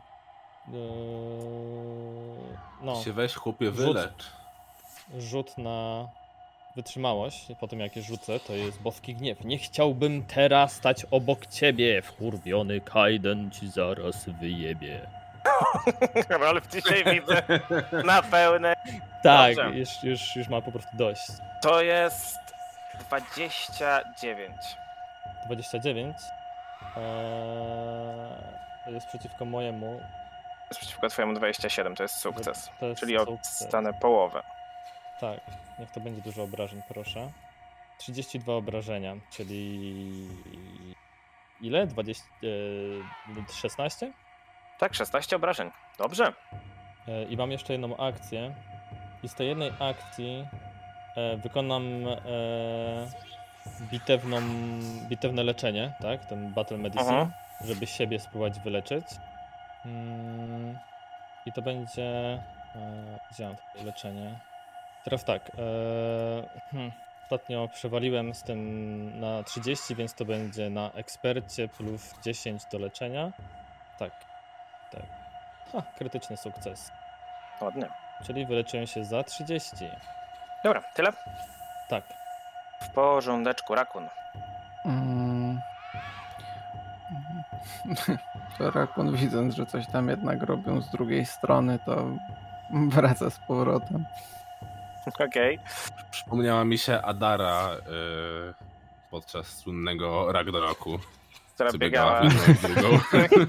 eee, no, Się weź, chłopie, Rzut. wylecz. rzut na wytrzymałość. Po tym jak je rzucę, to jest boski gniew. Nie chciałbym teraz stać obok ciebie. Wkurwiony Kaiden ci zaraz wyjebie. Rolf dzisiaj widzę na pełne. Tak, Dobrze. już, już, już ma po prostu dość. To jest dwadzieścia dziewięć. dwadzieścia dziewięć. Eee, to jest przeciwko mojemu. Jest przeciwko twojemu dwadzieścia siedem, to jest sukces. To jest Czyli sukces. odstanę połowę. Tak, niech to będzie dużo obrażeń, proszę. trzydzieści dwa obrażenia, czyli ile? dwadzieścia, e, szesnaście? Tak, szesnaście obrażeń. Dobrze. E, I mam jeszcze jedną akcję. I z tej jednej akcji e, wykonam e, bitewną, bitewne leczenie, tak? Ten Battle Medicine, Mhm. żeby siebie spróbować wyleczyć. Mm, I to będzie... E, gdzie mam tutaj leczenie? Teraz tak. E, hmm, ostatnio przewaliłem z tym na trzydzieści, więc to będzie na ekspercie plus dziesięć do leczenia. Tak. Tak. Ha, krytyczny sukces. Ładnie. Czyli wyleczyłem się za trzydzieści. Dobra, tyle? Tak. W porządeczku, Rakun. Mm. to Rakun, widząc, że coś tam jednak robią z drugiej strony, to wraca z powrotem. Okej. Przypomniała mi się Adara yy, podczas słynnego Ragnaroku. Która Co biegała biegała w jedną i w drugą.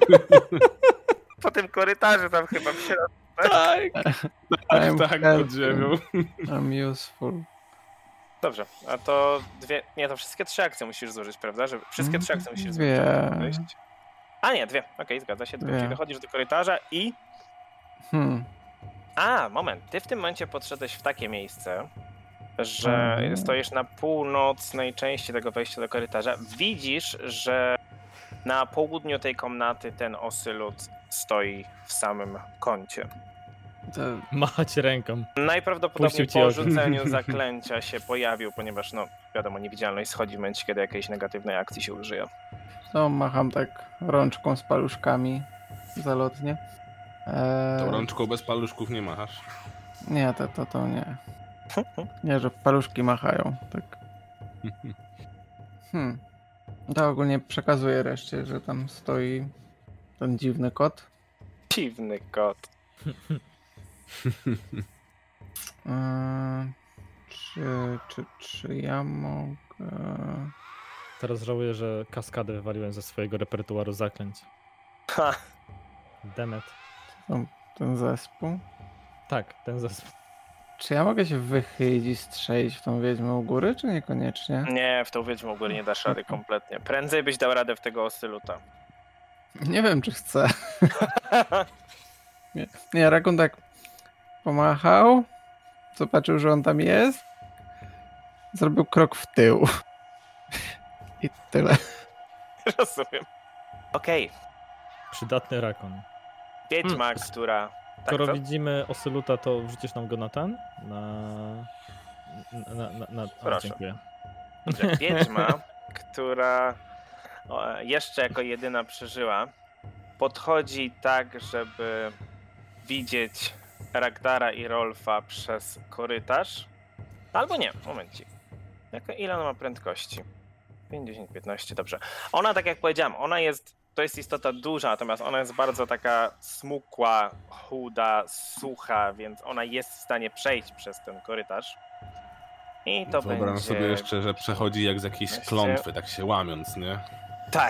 po tym korytarzu tam chyba w środku. Tak! I'm tak, pod helping. ziemią. I'm useful. Dobrze, a to dwie... Nie, to wszystkie trzy akcje musisz zużyć, prawda? Żeby... Wszystkie trzy akcje musisz zużyć. Dwie. żeby podejść. A nie, dwie. Okej, zgadza się. Tylko Dwie. czyli dochodzisz do korytarza i... Hmm. A, moment. Ty w tym momencie podszedłeś w takie miejsce, że Mhm. stoisz na północnej części tego wejścia do korytarza. Widzisz, że na południu tej komnaty ten osylut stoi w samym kącie. To Machać ręką. Najprawdopodobniej Puścił ci po ogień. rzuceniu zaklęcia się pojawił, ponieważ no wiadomo, niewidzialność schodzi w momencie, kiedy jakiejś negatywnej akcji się użyje. to macham tak rączką z paluszkami zalotnie. Eee, Tą rączką bez paluszków nie machasz. Nie, to, to, to nie. Nie, że paluszki machają, tak. Hmm. To ogólnie przekazuję reszcie, że tam stoi ten dziwny kot. Dziwny kot. Eee, czy, czy, czy ja mogę... Teraz żałuję, że kaskadę wywaliłem ze swojego repertuaru zaklęć. Ha, Demet. ten zespół? Tak, ten zespół. Czy ja mogę się wychylić i strzelić w tą wiedźmę u góry, czy niekoniecznie? nie, w tą wiedźmę w ogóle nie dasz rady kompletnie. Prędzej byś dał radę w tego osyluta. Nie wiem, czy chcę. Nie, nie Rakun tak pomachał, zobaczył, że on tam jest, zrobił krok w tył. I tyle. Rozumiem. Okej, Przydatny rakon. wiedźma, Hmm. która... Tak, Skoro co? widzimy osyluta, to wrzucisz nam go na ten? Na... na, na, na... A, Proszę. dziękuję. Dobrze, wiedźma, która o, jeszcze jako jedyna przeżyła, podchodzi tak, żeby widzieć Ragdara i Rolfa przez korytarz. Albo nie, momencik. Jaka, ile ona ma prędkości? pięćdziesiąt, piętnaście, dobrze. Ona, tak jak powiedziałam, ona jest, to jest istota duża, natomiast ona jest bardzo taka smukła, chuda, sucha, więc ona jest w stanie przejść przez ten korytarz. I to Wyobrażam będzie... sobie jeszcze, że przechodzi jak z jakiejś Właśnie- klątwy, tak się łamiąc, nie? Tak.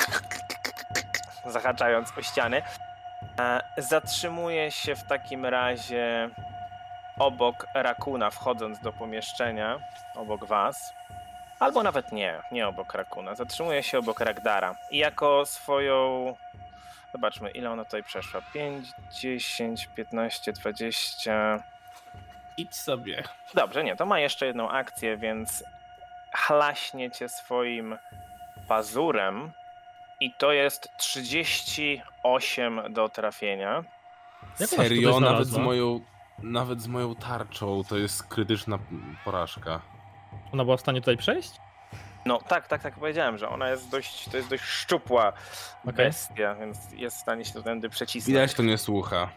Zahaczając o ściany. E, Zatrzymuje się w takim razie obok Rakuna, wchodząc do pomieszczenia, obok was. Albo nawet nie, nie obok Rakuna. Zatrzymuje się obok Ragdara. I jako swoją... Zobaczmy, ile ona tutaj przeszła. pięć, dziesięć, piętnaście, dwadzieścia... Idź sobie. Dobrze, nie, to ma jeszcze jedną akcję, więc chlaśnie cię swoim pazurem i to jest trzydzieści osiem do trafienia. Jak ona się Serio? tutaj Nawet z, znalazła? moją, nawet z moją tarczą to jest krytyczna porażka. Ona była w stanie tutaj przejść? No tak, tak, tak powiedziałem, że ona jest dość, to jest dość szczupła Okej. bestia, więc jest w stanie się tędy przecisnąć. Widać, to nie słucha.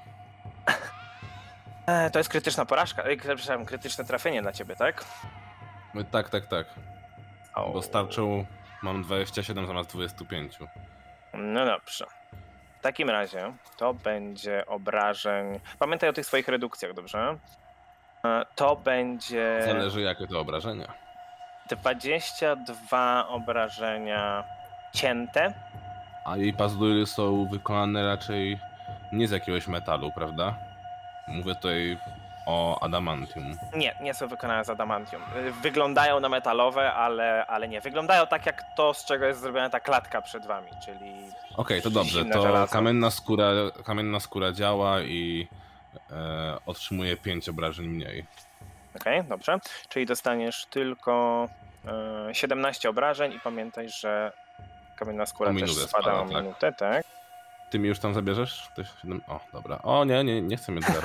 E, to jest krytyczna porażka, e, przepraszam, krytyczne trafienie dla ciebie, tak? My- Tak, tak, tak. O. Bo z tarczą mam dwadzieścia siedem zamiast dwadzieścia pięć. No dobrze. W takim razie to będzie obrażeń. Pamiętaj o tych swoich redukcjach, dobrze? E, To będzie Zależy jakie to obrażenia. dwadzieścia dwa obrażenia cięte. A jej pazury są wykonane raczej nie z jakiegoś metalu, prawda? Mówię tutaj o adamantium. Nie, nie są wykonane z adamantium. Y, Wyglądają na metalowe, ale, ale nie. Wyglądają tak jak to, z czego jest zrobiona ta klatka przed wami, czyli Okej, to dobrze, Zimne to żelazo. kamienna skóra, kamienna skóra działa i e, otrzymuje pięć obrażeń mniej. okej, dobrze. Czyli dostaniesz tylko y, siedemnaście obrażeń i pamiętaj, że kamienna skóra O też minutę spada spada, o tak. minutę, tak? Ty mi już tam zabierzesz? Ktoś siedem... O, dobra. O nie, nie, nie chcę mieć zero.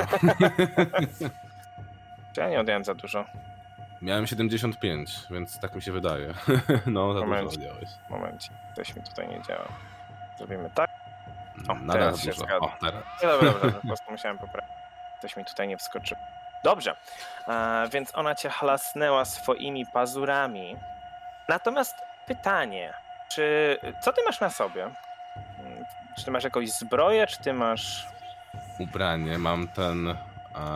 Czy ja nie odjąłem za dużo? Miałem siedemdziesiąt pięć, więc tak mi się wydaje. No, za Moment. dużo odjąłeś. Momencie, coś mi tutaj nie działa. Zrobimy tak. O, Na teraz raz się dużo. zgadza. O, teraz. Nie, dobra, dobra, po prostu musiałem poprawić. Coś mi tutaj nie wskoczyło. Dobrze, e, więc ona cię chlasnęła swoimi pazurami. Natomiast pytanie, czy co ty masz na sobie? Mm, Czy ty masz jakąś zbroję, czy ty masz... Ubranie, mam ten... E,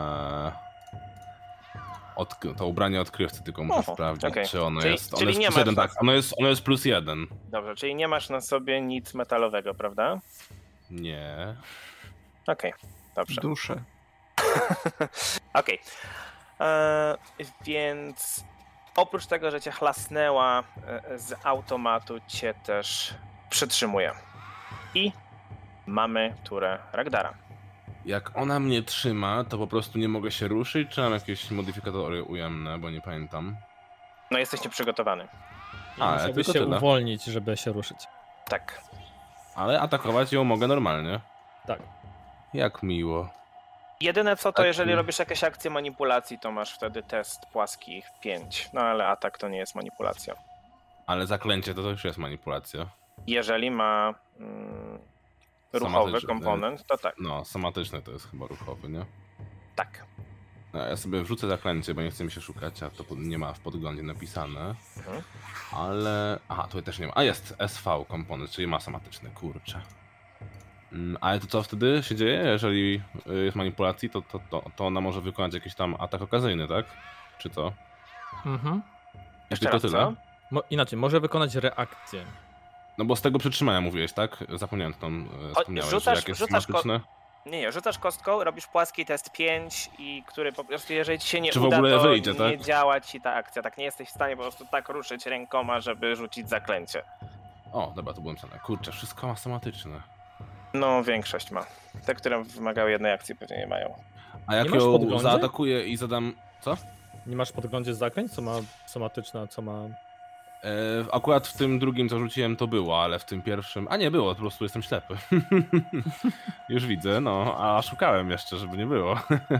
odk- to ubranie odkrywcy, tylko muszę Oho, sprawdzić, okej. czy ono Czyli- jest... Ono czyli jest nie plus masz jeden, na tak. Ono jest, ono jest plus jeden. Dobrze, czyli nie masz na sobie nic metalowego, prawda? Nie. Okej, dobrze. Duszę. Okej. Eee, Więc oprócz tego, że cię chlasnęła e, z automatu, cię też przytrzymuje. I mamy turę Ragdara. Jak ona mnie trzyma, to po prostu nie mogę się ruszyć, czy mam jakieś modyfikatory ujemne, bo nie pamiętam. No jesteś nieprzygotowany. I A, musiałbyś tylko się tyle. uwolnić, żeby się ruszyć. Tak. Ale atakować ją mogę normalnie. Tak. Jak miło. Jedyne co to, Tak, jeżeli nie. robisz jakieś akcje manipulacji, to masz wtedy test płaski pięć. No ale atak to nie jest manipulacja. Ale zaklęcie to, to już jest manipulacja. Jeżeli ma mm, ruchowy Somatyczny. komponent, to tak. No, somatyczny to jest chyba ruchowy, nie? Tak. No, ja sobie wrzucę zaklęcie, bo nie chcę mi się szukać, a to pod- nie ma w podglądzie napisane. Mhm. Ale... Aha, tutaj też nie ma. A jest S V komponent, czyli ma somatyczny, kurczę. Mm, ale to co wtedy się dzieje, jeżeli y, jest manipulacji, to, to, to, to ona może wykonać jakiś tam atak okazyjny, tak? Czy co? Mhm. I Jeszcze tylko raz, tyle? co? Mo- inaczej, może wykonać reakcję. No bo z tego przytrzymania mówiłeś, tak? Zapomniałem tam, O, wspomniałeś, rzucasz- że jak jest rzucasz ko- somatyczne... Nie, nie, rzucasz kostką, robisz płaski test pięć i który po prostu, jeżeli ci się nie Czy w uda, ogóle to wyjdzie, nie tak? działa ci ta akcja. Tak, nie jesteś w stanie po prostu tak ruszyć rękoma, żeby rzucić zaklęcie. O, dobra, to byłem sam. Kurczę, wszystko ma somatyczne. No, większość ma. Te, które wymagały jednej akcji, pewnie nie mają. A jak Nie masz ją podglądu? zaatakuję i zadam... Co? Nie masz w podglądzie zaklęć, co ma somatyczne, a co ma... E, akurat w tym drugim, co rzuciłem, to było, ale w tym pierwszym... A nie było, po prostu jestem ślepy. Już widzę, no, a szukałem jeszcze, żeby nie było.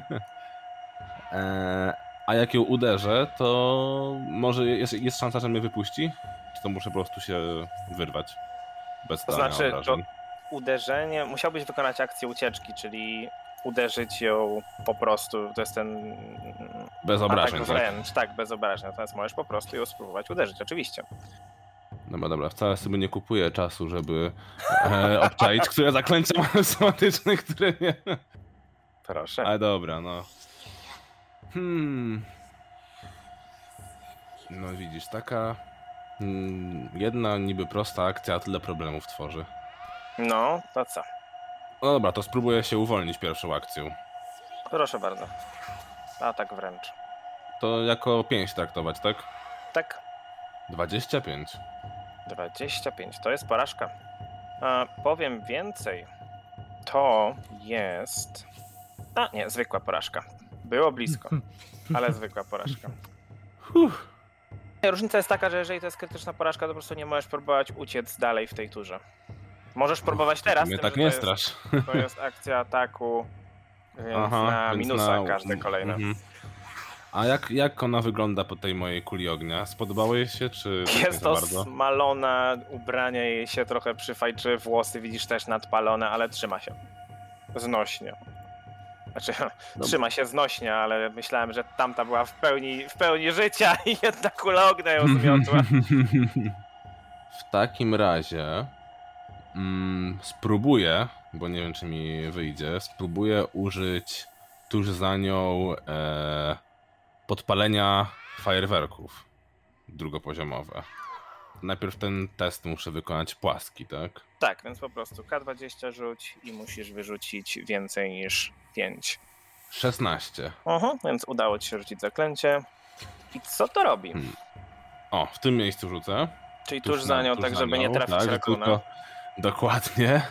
e, a jak ją uderzę, to może jest, jest szansa, że mnie wypuści? Czy to muszę po prostu się wyrwać? Bez To dania znaczy, obrażeń? Uderzenie, musiałbyś wykonać akcję ucieczki, czyli uderzyć ją po prostu, to jest ten Bez obrażeń, atak tak? wręcz, tak, bez obrażeń, natomiast możesz po prostu ją spróbować uderzyć, oczywiście. Dobra, dobra, wcale sobie nie kupuję czasu, żeby e, obczaić, które zaklęcia mam somatyczne, które nie. Proszę. Ale dobra, no. Hmm. No widzisz, taka mm, jedna niby prosta akcja, a tyle problemów tworzy. No, to co? No dobra, to spróbuję się uwolnić pierwszą akcją. Proszę bardzo. Atak wręcz. To jako pięść traktować, tak? Tak, dwadzieścia pięć. dwadzieścia pięć, to jest porażka. A, powiem więcej. To jest... A, nie, zwykła porażka. Było blisko, ale zwykła porażka. Uff. Różnica jest taka, że jeżeli to jest krytyczna porażka, to po prostu nie możesz próbować uciec dalej w tej turze. Możesz próbować teraz, Mnie tym, tak że nie to, jest, strasz. to jest akcja ataku, więc Aha, na więc minusa na- każde kolejne. Mhm. A jak, jak ona wygląda po tej mojej kuli ognia? Spodobało jej się, czy tak nie Jest za to bardzo? smalona, ubranie jej się trochę przyfajczy, włosy widzisz też nadpalone, ale trzyma się. Znośnie. Znaczy, trzyma się znośnie, ale myślałem, że tamta była w pełni, w pełni życia i jedna kula ognia ją zmiotła. W takim razie mm, spróbuję, bo nie wiem czy mi wyjdzie, spróbuję użyć tuż za nią e, podpalenia fajerwerków drugopoziomowe. Najpierw ten test muszę wykonać płaski, tak? Tak, więc po prostu K dwadzieścia rzuć i musisz wyrzucić więcej niż pięć. szesnaście. Aha, więc udało ci się rzucić zaklęcie. I co to robi? Hmm. O, w tym miejscu rzucę. Czyli Tuż tuż za na- nią, tuż tak za żeby nie nią, trafić tak, że Rakuna. tylko dokładnie.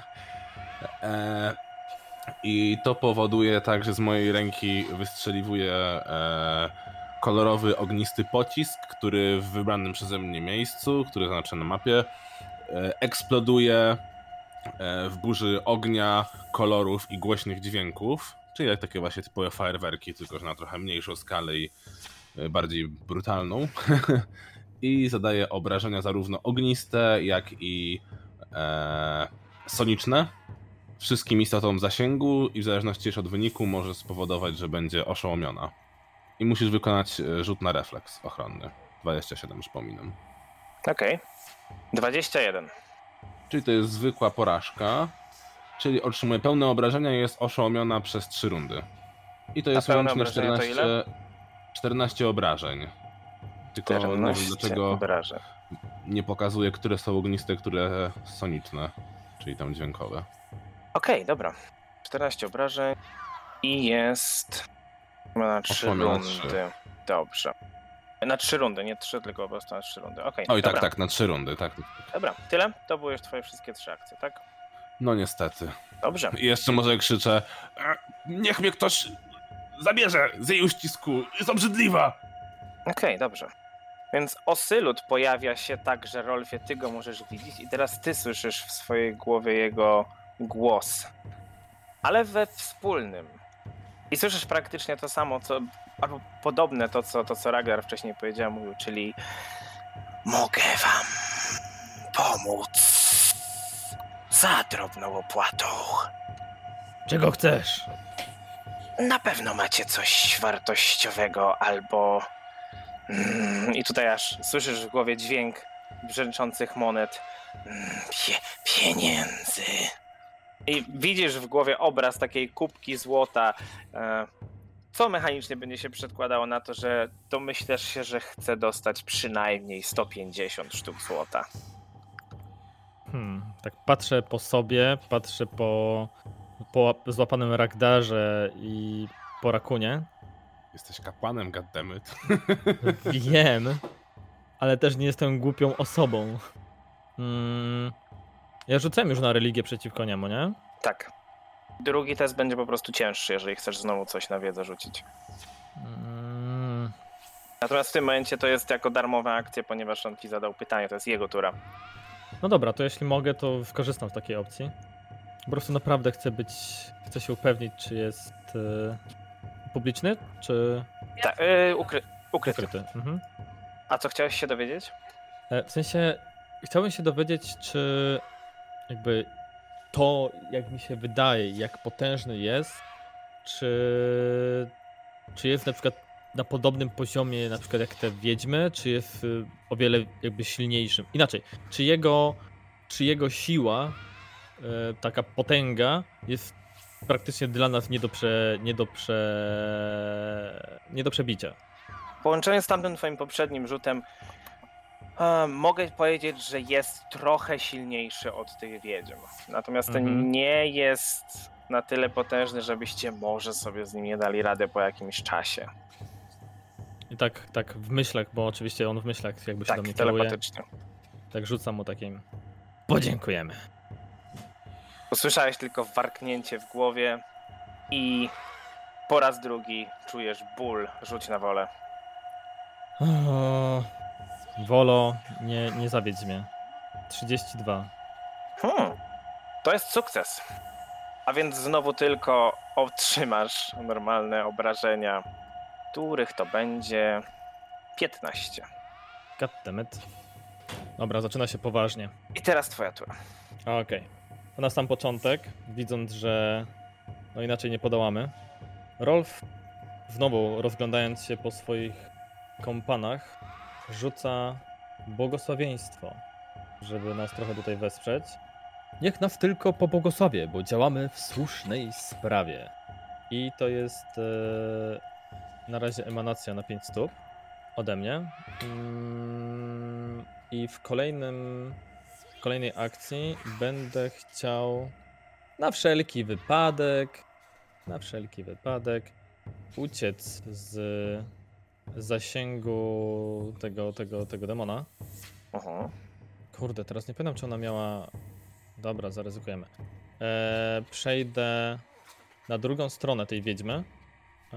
E, I to powoduje tak, że z mojej ręki wystrzeliwuje e, kolorowy, ognisty pocisk, który w wybranym przeze mnie miejscu, który zaznaczę na mapie, e, eksploduje e, w burzy ognia, kolorów i głośnych dźwięków. Czyli jak takie właśnie typowe fajerwerki, tylko że na trochę mniejszą skalę i e, bardziej brutalną. I zadaje obrażenia zarówno ogniste, jak i e, soniczne wszystkim istotom w zasięgu i w zależności też od wyniku może spowodować, że będzie oszołomiona. I musisz wykonać e, rzut na refleks ochronny. dwadzieścia siedem, przypominam. Okej. dwadzieścia jeden. Czyli to jest zwykła porażka. czyli otrzymuje pełne obrażenia i jest oszołomiona przez trzy rundy. I to jest pełne łącznie obrażenia to czternaście, ile? czternaście obrażeń. Tylko nie wiem czternaście dlaczego obrażeń. nie pokazuje, które są ogniste, które soniczne, czyli tam dźwiękowe. Okej, dobra. czternaście obrażeń i jest na trzy Osłona na rundy. trzy. Dobrze. Na trzy rundy, nie trzy, tylko po prostu na trzy rundy. Okej, Oj, tak, dobra. tak, na trzy rundy, tak. Dobra, tyle? To były już twoje wszystkie trzy akcje, tak? No niestety. Dobrze. I jeszcze może krzyczę, "E, niech mnie ktoś zabierze z jej uścisku, jest obrzydliwa! Okej, dobrze. Więc Osylut pojawia się tak, że Rolfie, ty go możesz widzieć i teraz ty słyszysz w swojej głowie jego głos. Ale we wspólnym. I słyszysz praktycznie to samo, co, albo podobne to, co, to, co Ragnar wcześniej powiedział, mówił, czyli mogę wam pomóc za drobną opłatą. Czego chcesz? Na pewno macie coś wartościowego albo... Mm, I tutaj aż słyszysz w głowie dźwięk brzęczących monet. Mm, pie, pieniędzy. I widzisz w głowie obraz takiej kubki złota, e, co mechanicznie będzie się przedkładało na to, że domyślasz się, że chce dostać przynajmniej sto pięćdziesiąt sztuk złota. Hmm, tak patrzę po sobie, patrzę po, po złapanym Ragdarze i po Rakunie. Jesteś kapłanem, goddammit. Wiem, ale też nie jestem głupią osobą. Hmm, ja rzucałem już na religię przeciwko niemu, nie? Tak. Drugi test będzie po prostu cięższy, jeżeli chcesz znowu coś na wiedzę rzucić. Hmm, Natomiast w tym momencie to jest jako darmowa akcja, ponieważ on ci zadał pytanie, to jest jego tura. no dobra, to jeśli mogę, to skorzystam z takiej opcji. Po prostu naprawdę chcę być, chcę się upewnić, czy jest e, publiczny, czy Tak, yy, ukry, ukryty. ukryty. Mhm. A co chciałeś się dowiedzieć? E, W sensie, chciałbym się dowiedzieć, czy jakby to, jak mi się wydaje, jak potężny jest, czy, czy jest na przykład na podobnym poziomie, na przykład jak te wiedźmy, czy jest y, o wiele jakby silniejszym. Inaczej, czy jego, czy jego siła, y, taka potęga jest praktycznie dla nas nie do, prze, nie do, prze, nie do przebicia. Połączenie z tamtym twoim poprzednim rzutem e, mogę powiedzieć, że jest trochę silniejszy od tych wiedźm. Natomiast Mhm. ten nie jest na tyle potężny, żebyście może sobie z nim nie dali radę po jakimś czasie. I tak, tak w myślach, bo oczywiście on w myślach jakby się Tak, do mnie kieruje, telepatycznie. tak rzucam mu takim podziękujemy. Usłyszałeś tylko warknięcie w głowie i po raz drugi czujesz ból. Rzuć na wolę. O, Wolo, nie, nie zawiedź mnie. trzydzieści dwa. Hmm, to jest sukces. A więc znowu tylko otrzymasz normalne obrażenia, których to będzie piętnaście. Goddammit. Dobra, zaczyna się poważnie. I teraz twoja tura. Okej. To na sam początek, widząc, że no inaczej nie podołamy, Rolf, znowu rozglądając się po swoich kompanach, rzuca błogosławieństwo, żeby nas trochę tutaj wesprzeć. Niech nas tylko pobłogosławię, bo działamy w słusznej sprawie. I to jest e, na razie emanacja na pięć stóp ode mnie. Mm, I w kolejnym, w kolejnej akcji będę chciał na wszelki wypadek, na wszelki wypadek uciec z zasięgu tego, tego, tego demona. Mhm. Kurde, teraz nie pamiętam, czy ona miała... Dobra, zaryzykujemy. Eee, przejdę na drugą stronę tej wiedźmy. Eee,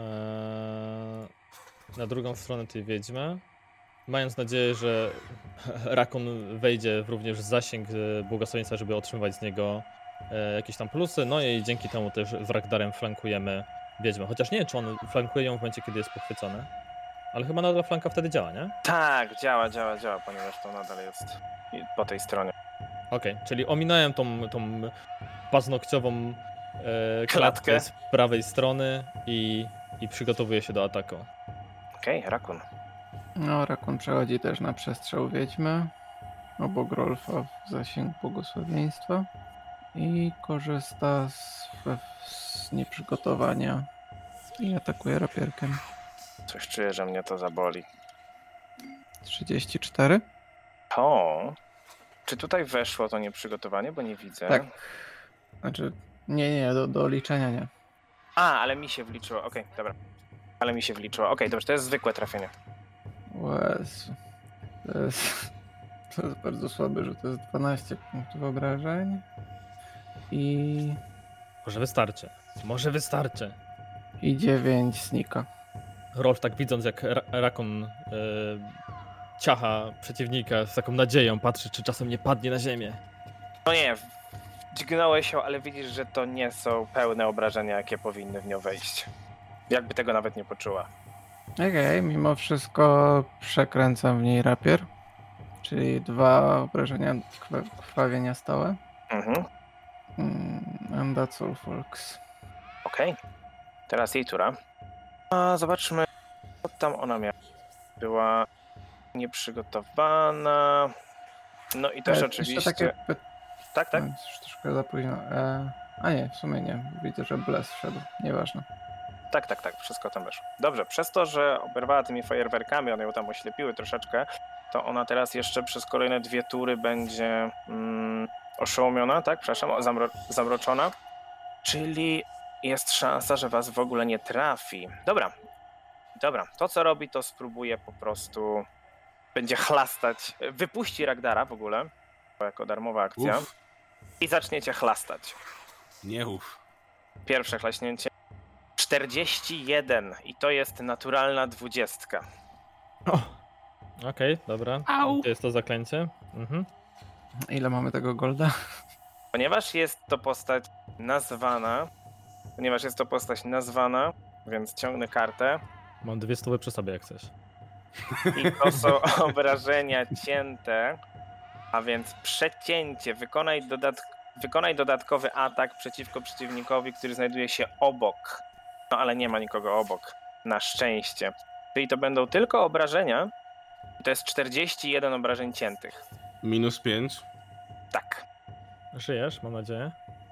na drugą stronę tej wiedźmy. Mając nadzieję, że Rakun wejdzie w również zasięg e, błogosławieństwa, żeby otrzymywać z niego e, jakieś tam plusy. No i dzięki temu też z Ragdarem flankujemy wiedźmę. Chociaż nie wiem, czy on flankuje ją w momencie, kiedy jest pochwycony. Ale chyba nadal flanka wtedy działa, nie? Tak, działa, działa, działa, ponieważ to nadal jest po tej stronie. Okej, czyli ominąłem tą, tą paznokciową e, klatkę Klatkę. z prawej strony i, i przygotowuję się do ataku. Okej, okay, Rakun. No, Rakun przechodzi też na przestrzał wiedźmy. Obok Rolfa w zasięg błogosławieństwa. I korzysta z, z nieprzygotowania i atakuje rapierkiem. Coś czuję, że mnie to zaboli. trzydzieści cztery? O, czy tutaj weszło to nieprzygotowanie, bo nie widzę. Tak. Znaczy, nie, nie, do, do liczenia nie. A, ale mi się wliczyło, okej, dobra. Ale mi się wliczyło, okej, dobrze, to jest zwykłe trafienie. Jezu. To jest, to jest bardzo słabe, że to jest dwanaście punktów obrażeń. I, Może wystarczy. Może wystarczy. i dziewięć snika. Rolf tak widząc jak ra Rakon e, ciacha przeciwnika z taką nadzieją, patrzy czy czasem nie padnie na ziemię. No nie, dźgnąłeś ją, ale widzisz, że to nie są pełne obrażenia, jakie powinny w nią wejść. Jakby tego nawet nie poczuła. Okej, okay, mimo wszystko przekręcam w niej rapier. Czyli dwa obrażenia krwawienia stałe. Mhm, Mm, and that's all, folks. okej. Teraz jej tura. A zobaczmy, co tam ona miała. Była nieprzygotowana. No i też E, oczywiście... Jeszcze takie py... Tak, tak? No, już troszkę za późno. E... A nie, w sumie nie. Widzę, że Bless wszedł. Nieważne. Tak, tak, tak, wszystko tam weszło. Dobrze, przez to, że oberwała tymi fajerwerkami, one ją tam oślepiły troszeczkę, to ona teraz jeszcze przez kolejne dwie tury będzie mm, oszołomiona, tak? Przepraszam, zamro zamroczona. Czyli jest szansa, że was w ogóle nie trafi. Dobra, dobra, to co robi, to spróbuje po prostu, będzie chlastać, wypuści Ragdara w ogóle, jako darmowa akcja, Uf, i zaczniecie chlastać. nie uf. Pierwsze chlaśnięcie. czterdzieści jeden i to jest naturalna dwudziestka. Okej, okay, dobra. Au. Gdzie jest to zaklęcie? Mhm. Ile mamy tego golda? Ponieważ jest to postać nazwana, ponieważ jest to postać nazwana, więc ciągnę kartę Mam dwie stówy przy sobie jak chcesz. i to są obrażenia cięte, a więc przecięcie. Wykonaj, dodatk wykonaj dodatkowy atak przeciwko przeciwnikowi, który znajduje się obok. No ale nie ma nikogo obok, na szczęście. Czyli to będą tylko obrażenia. To jest czterdzieści jeden obrażeń ciętych. Minus pięć. Tak. Żyjesz, mam nadzieję.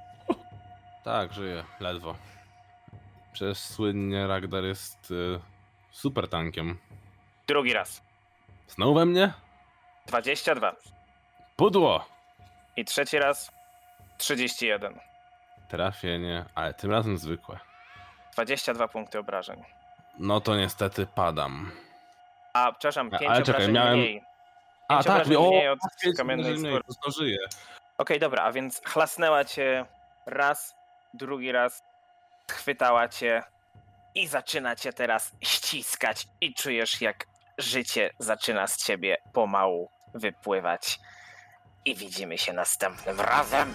Tak, żyję, ledwo. Przecież słynnie Ragdar jest y, super tankiem. Drugi raz. Znowu we mnie? dwadzieścia dwa. Pudło! I trzeci raz. trzydzieści jeden. Trafienie, ale tym razem zwykłe. dwadzieścia dwa punkty obrażeń. No to niestety padam. A, przepraszam, A, pięć ale czekaj, obrażeń miałem- mniej. A Pięć tak, obrażeń o, mniej od pięć kamiennej obrażeń mniej, skóry. to żyję. Okej, dobra, a więc chlasnęła cię raz, drugi raz, chwytała cię i zaczyna cię teraz ściskać i czujesz, jak życie zaczyna z ciebie pomału wypływać. I widzimy się następnym razem.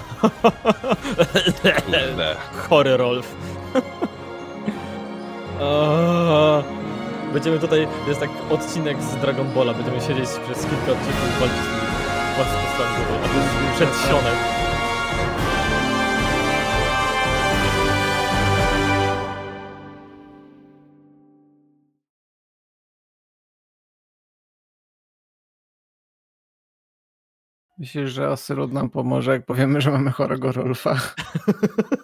Kurde. Chory Rolf. O, będziemy tutaj, to jest tak odcinek z Dragon Balla, będziemy siedzieć przez kilka odcinków walczyć z tymi płaszczami, a to jest przedsionek. Myślisz, że Asylud nam pomoże, jak powiemy, że mamy chorego Rolfa?